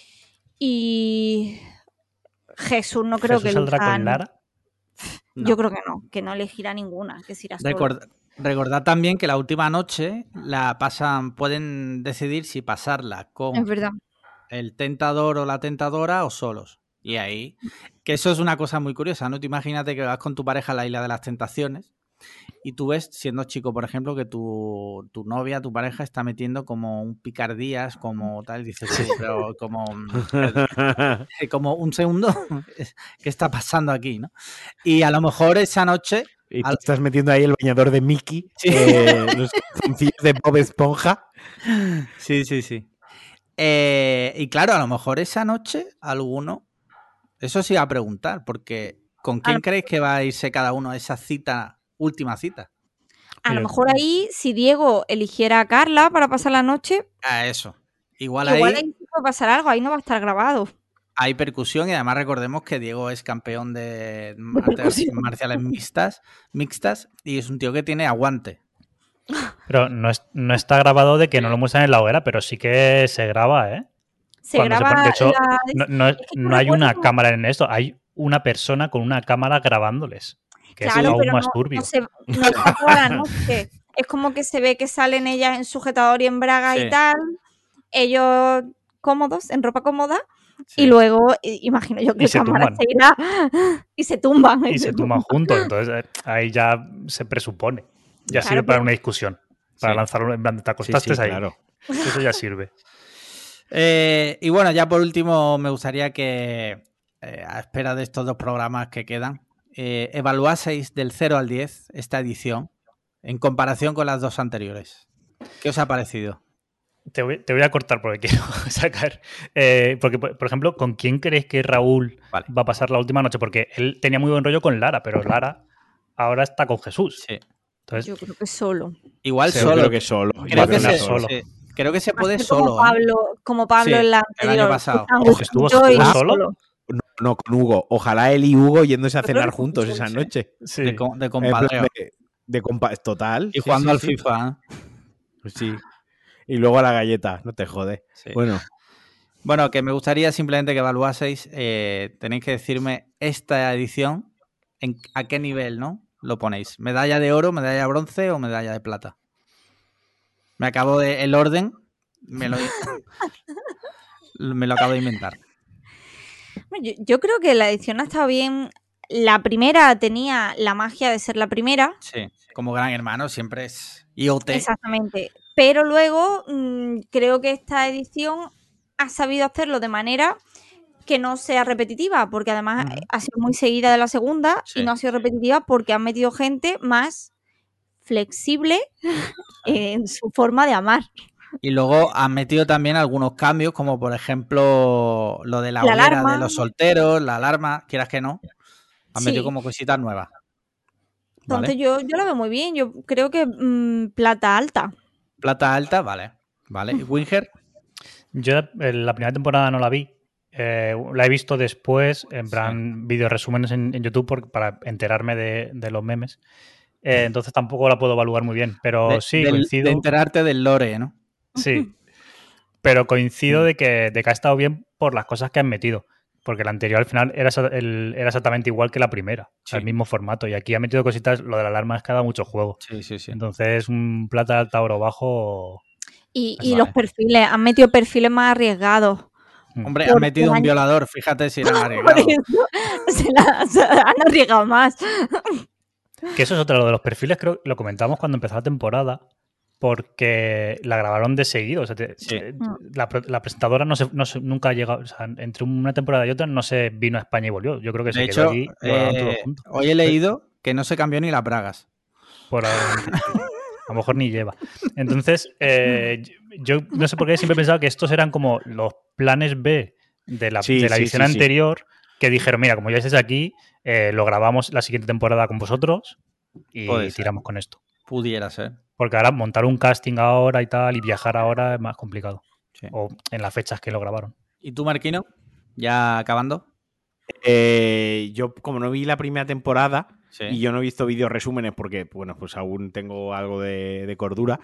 D: Y Jesús no creo que
C: saldrá con Lara.
D: Yo creo que no elegirá ninguna, que se irá solo.
A: Recordad también que la última noche la pasan, pueden decidir si pasarla con el tentador o la tentadora o solos. Y ahí, que eso es una cosa muy curiosa, ¿no? Tú imagínate que vas con tu pareja a la Isla de las Tentaciones y tú ves, siendo chico, por ejemplo, que tu novia, tu pareja, está metiendo como un picardías, como tal, dices tú, pero como un segundo, ¿qué está pasando aquí, no? Y a lo mejor esa noche...
B: Y tú estás metiendo ahí el bañador de Mickey, los calzoncillos de Bob Esponja.
A: Sí. Y claro, a lo mejor esa noche alguno... Eso sí va a preguntar, porque ¿con quién creéis que va a irse cada uno a esa última cita?
D: A lo mejor ahí, si Diego eligiera a Carla para pasar la noche...
A: A eso. Igual
D: ahí puede pasar algo, ahí no va a estar grabado.
A: Hay percusión y además recordemos que Diego es campeón de artes marciales mixtas y es un tío que tiene aguante.
C: Pero no está grabado de que no lo muestran en la hoguera, pero sí que se graba, ¿eh?
D: Se graba.
C: De hecho, no hay una cámara en esto, hay una persona con una cámara grabándoles. Que es aún más turbio.
D: No está toda la noche. Es como que se ve que salen ellas en sujetador y en braga y tal. Ellos cómodos, en ropa cómoda. Sí. Y luego, imagino yo que la cámara se irá y se tumban.
C: Y se tumban juntos. Entonces ahí ya se presupone. Ya sirve para una discusión. Para lanzarlo en plan de te acostaste ahí. Claro. Eso ya sirve.
A: Y bueno, ya por último me gustaría que, a espera de estos 2 programas que quedan, evaluaseis del 0 al 10 esta edición en comparación con las 2 anteriores. ¿Qué os ha parecido?
C: Te voy a cortar porque quiero sacar... porque, por ejemplo, ¿con quién creéis que Raúl va a pasar la última noche? Porque él tenía muy buen rollo con Lara, pero Lara ahora está con Jesús.
A: Sí.
D: Entonces, yo creo que solo.
A: Igual
B: solo. Creo que solo.
A: Sí. Creo que se puede solo.
D: Como Pablo en la anterior.
A: El año pasado.
C: ¿Estuvo solo?
B: No, con Hugo. Ojalá él y Hugo yéndose a cenar juntos esa noche.
A: Sí. De compadreo.
B: Total.
A: Y jugando al FIFA.
B: Pues sí. Y luego a la galleta. No te jode.
A: Sí. Bueno, que me gustaría simplemente que evaluaseis. Tenéis que decirme esta edición a qué nivel, ¿no? Lo ponéis. ¿Medalla de oro, medalla de bronce o medalla de plata? Me acabo de... El orden me lo acabo de inventar.
D: Yo creo que la edición ha estado bien. La primera tenía la magia de ser la primera.
A: Sí, como Gran Hermano siempre es IoT.
D: Exactamente. Pero luego creo que esta edición ha sabido hacerlo de manera que no sea repetitiva, porque además ha sido muy seguida de la segunda y no ha sido repetitiva porque han metido gente más flexible en su forma de amar.
A: Y luego han metido también algunos cambios, como por ejemplo lo de la hoguera de los solteros, la alarma, quieras que no. Han metido como cositas nuevas.
D: Entonces yo lo veo muy bien. Yo creo que plata alta.
A: Plata alta, vale. ¿Y Winger?
C: Yo la primera temporada no la vi. La he visto después, en plan video resúmenes en YouTube para enterarme de los memes. Entonces tampoco la puedo evaluar muy bien. Pero coincido.
A: De enterarte del lore, ¿no?
C: Sí. Pero coincido de que ha estado bien por las cosas que han metido. Porque la anterior al final era exactamente igual que la primera. El mismo formato. Y aquí ha metido cositas. Lo de la alarma es que ha dado mucho juego.
A: Sí.
C: Entonces, un plata alta, oro bajo.
D: Y los perfiles. Han metido perfiles más arriesgados.
A: Hombre, han metido un violador. Fíjate si eran arriesgados.
D: Se han arriesgado más.
C: Que eso es otro. Lo de los perfiles, creo que lo comentamos cuando empezó la temporada. Porque la grabaron de seguido. O sea, la presentadora nunca ha llegado. O sea, entre una temporada y otra no se vino a España y volvió. Yo creo que se quedó allí.
A: Hoy he leído que no se cambió ni las bragas.
C: Por ahora. A lo mejor ni lleva. Entonces, yo no sé por qué siempre he pensado que estos eran como los planes B de la edición anterior. Que dijeron, mira, como ya estáis aquí, lo grabamos la siguiente temporada con vosotros y tiramos con esto.
A: Pudiera ser.
C: Porque ahora montar un casting ahora y tal y viajar ahora es más complicado. Sí. O en las fechas que lo grabaron.
A: ¿Y tú, Marquino? ¿Ya acabando?
B: Yo, como no vi la primera temporada, Sí. Y yo no he visto vídeos resúmenes porque, bueno, pues aún tengo algo de cordura.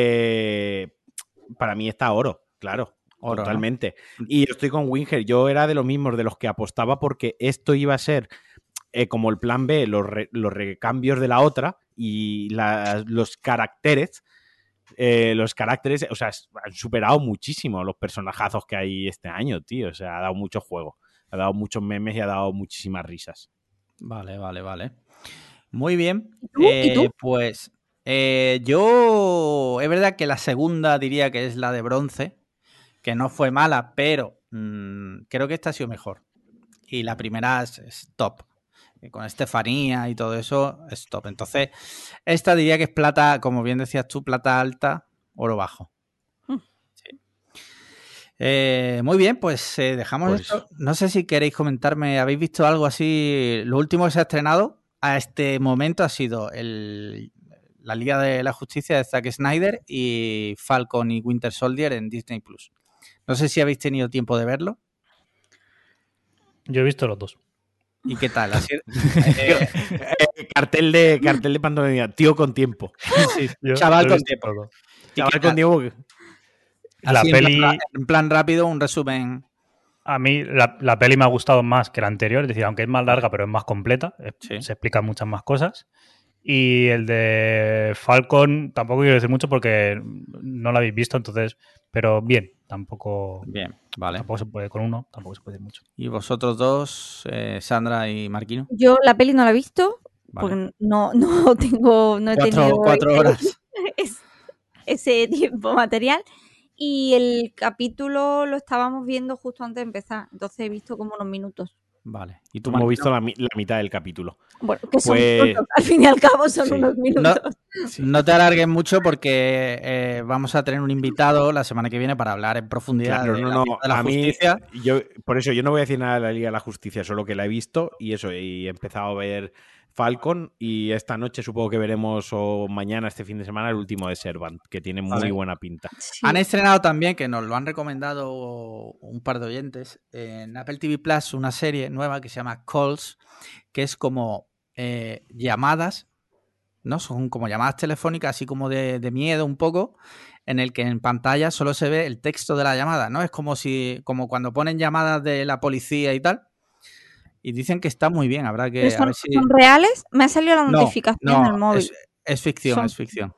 B: Para mí está oro, claro. Oro, totalmente. ¿No? Y yo estoy con Winger. Yo era de los mismos de los que apostaba porque esto iba a ser como el plan B, los recambios de la otra y los caracteres. O sea, han superado muchísimo los personajazos que hay este año, tío. O sea, ha dado mucho juego. Ha dado muchos memes y ha dado muchísimas risas.
A: Vale. Muy bien. ¿Y tú? Pues yo... Es verdad que la segunda diría que es la de bronce, que no fue mala, pero creo que esta ha sido mejor. Y la primera es top. Con Estefanía y todo eso es top. Entonces, esta diría que es plata, como bien decías tú, plata alta, oro bajo. Sí. Muy bien, pues dejamos esto. No sé si queréis comentarme, ¿habéis visto algo así? Lo último que se ha estrenado a este momento ha sido la Liga de la Justicia de Zack Snyder y Falcon y Winter Soldier en Disney+. No sé si habéis tenido tiempo de verlo.
C: Yo he visto los dos.
A: ¿Y qué tal? Así,
B: cartel de pandemia, tío con tiempo.
A: Sí, chaval con tiempo.
B: Chaval con tiempo.
C: La peli...
A: En plan rápido, un resumen.
C: A mí la peli me ha gustado más que la anterior, es decir, aunque es más larga, pero es más completa. Sí. Se explican muchas más cosas. Y el de Falcon tampoco quiero decir mucho porque no lo habéis visto, entonces, pero bien, tampoco.
A: Bien, vale.
C: Tampoco se puede con uno, tampoco se puede decir mucho.
A: ¿Y vosotros dos, Sandra y Marquino?
D: Yo la peli no la he visto, vale. Porque no he tenido
A: 4 horas.
D: ese tiempo material. Y el capítulo lo estábamos viendo justo antes de empezar, entonces he visto como unos minutos.
A: Vale.
B: ¿Y tú hemos visto la mitad del capítulo?
D: Bueno, que son minutos, al fin y al cabo son unos minutos.
A: No te alargues mucho porque vamos a tener un invitado la semana que viene para hablar en profundidad de la Justicia.
B: Por eso yo no voy a decir nada de la Liga de la Justicia, solo que la he visto y he empezado a ver Falcon y esta noche supongo que veremos o mañana, este fin de semana, el último de Servant, que tiene muy buena pinta.
A: Sí. Han estrenado también, que nos lo han recomendado un par de oyentes, en Apple TV Plus una serie nueva que se llama Calls, que es como llamadas, ¿no? Son como llamadas telefónicas, así como de miedo un poco, en el que en pantalla solo se ve el texto de la llamada, ¿no? Es como cuando ponen llamadas de la policía y tal. Y dicen que está muy bien, habrá que...
D: ¿Son reales? Me ha salido la notificación en el móvil.
A: Es ficción, es ficción.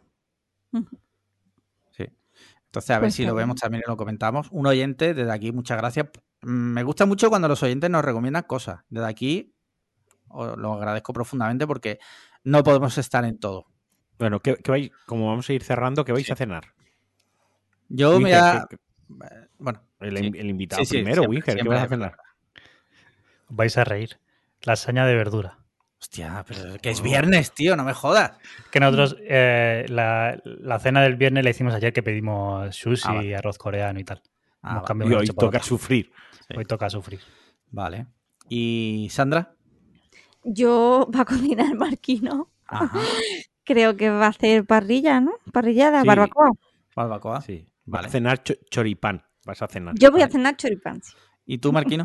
A: Sí. Entonces, a ver si lo vemos también y lo comentamos. Un oyente, desde aquí, muchas gracias. Me gusta mucho cuando los oyentes nos recomiendan cosas. Desde aquí, os lo agradezco profundamente porque no podemos estar en todo.
B: Bueno, ¿qué vais, como vamos a ir cerrando, ¿qué vais a cenar?
A: Yo bueno,
B: el invitado primero, Winger, ¿qué vas a cenar?
C: Vais a reír. Lasaña de verdura.
A: Hostia, pero que es viernes, tío, no me jodas.
C: Que nosotros la cena del viernes la hicimos ayer, que pedimos sushi y arroz coreano y tal.
B: Y hoy toca sufrir.
C: Sí. Hoy toca sufrir.
A: Vale. ¿Y Sandra?
D: Yo va a cocinar Marquino. Ajá. Creo que va a hacer parrilla, ¿no? Parrillada, barbacoa.
A: Barbacoa,
B: sí. Vale. Vas a cenar choripán. Vas a cenar.
D: Yo voy a cenar choripán, sí.
A: ¿Y tú, Marquino?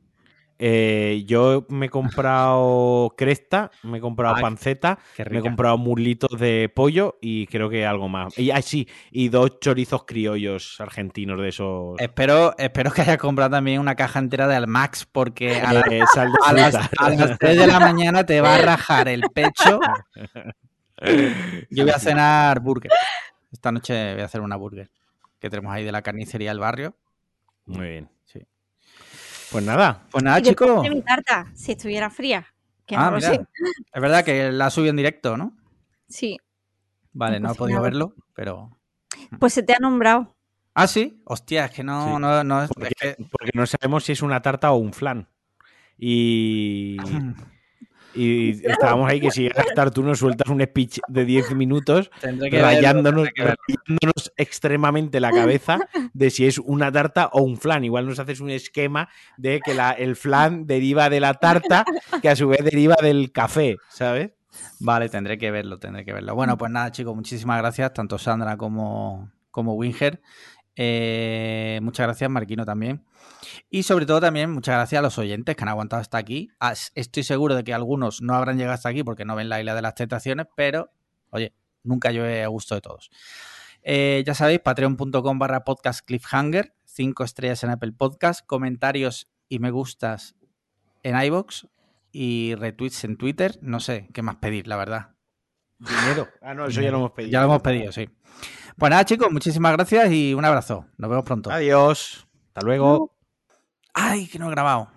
B: Yo me he comprado cresta, me he comprado panceta, me he comprado muslitos de pollo y creo que algo más. Y 2 chorizos criollos argentinos de esos.
A: Espero que hayas comprado también una caja entera de Almax porque a las 3 de la mañana te va a rajar el pecho. Yo voy a cenar burger. Esta noche voy a hacer una burger que tenemos ahí de la carnicería del barrio.
B: Muy bien.
A: Sí.
B: Pues nada,
A: chicos.
D: De mi tarta, si estuviera fría. Que no lo sé.
A: Es verdad que la subió en directo, ¿no?
D: Sí.
A: Vale, no he podido verlo, pero...
D: Pues se te ha nombrado.
A: ¿Ah, sí? Hostia, es que no...
B: Sí.
A: no es
B: porque no sabemos si es una tarta o un flan. Y estábamos ahí que si llegas a estar tú nos sueltas un speech de 10 minutos rayándonos extremadamente la cabeza de si es una tarta o un flan. Igual nos haces un esquema de que el flan deriva de la tarta, que a su vez deriva del café, ¿sabes?
A: Vale, tendré que verlo. Bueno, pues nada, chicos, muchísimas gracias, tanto Sandra como Winger. Muchas gracias, Marquino, también. Y sobre todo también muchas gracias a los oyentes que han aguantado hasta aquí. Estoy seguro de que algunos no habrán llegado hasta aquí porque no ven la Isla de las Tentaciones, pero, oye, nunca llueve a gusto de todos. Ya sabéis, patreon.com/podcast cliffhanger, 5 estrellas en Apple Podcast, comentarios y me gustas en iVoox y retweets en Twitter. No sé qué más pedir, la verdad.
B: Dinero. No, eso ya lo hemos pedido.
A: Ya lo hemos pedido, sí. Pues nada, chicos, muchísimas gracias y un abrazo. Nos vemos pronto.
B: Adiós. Hasta luego.
A: ¡Ay, que no he grabado!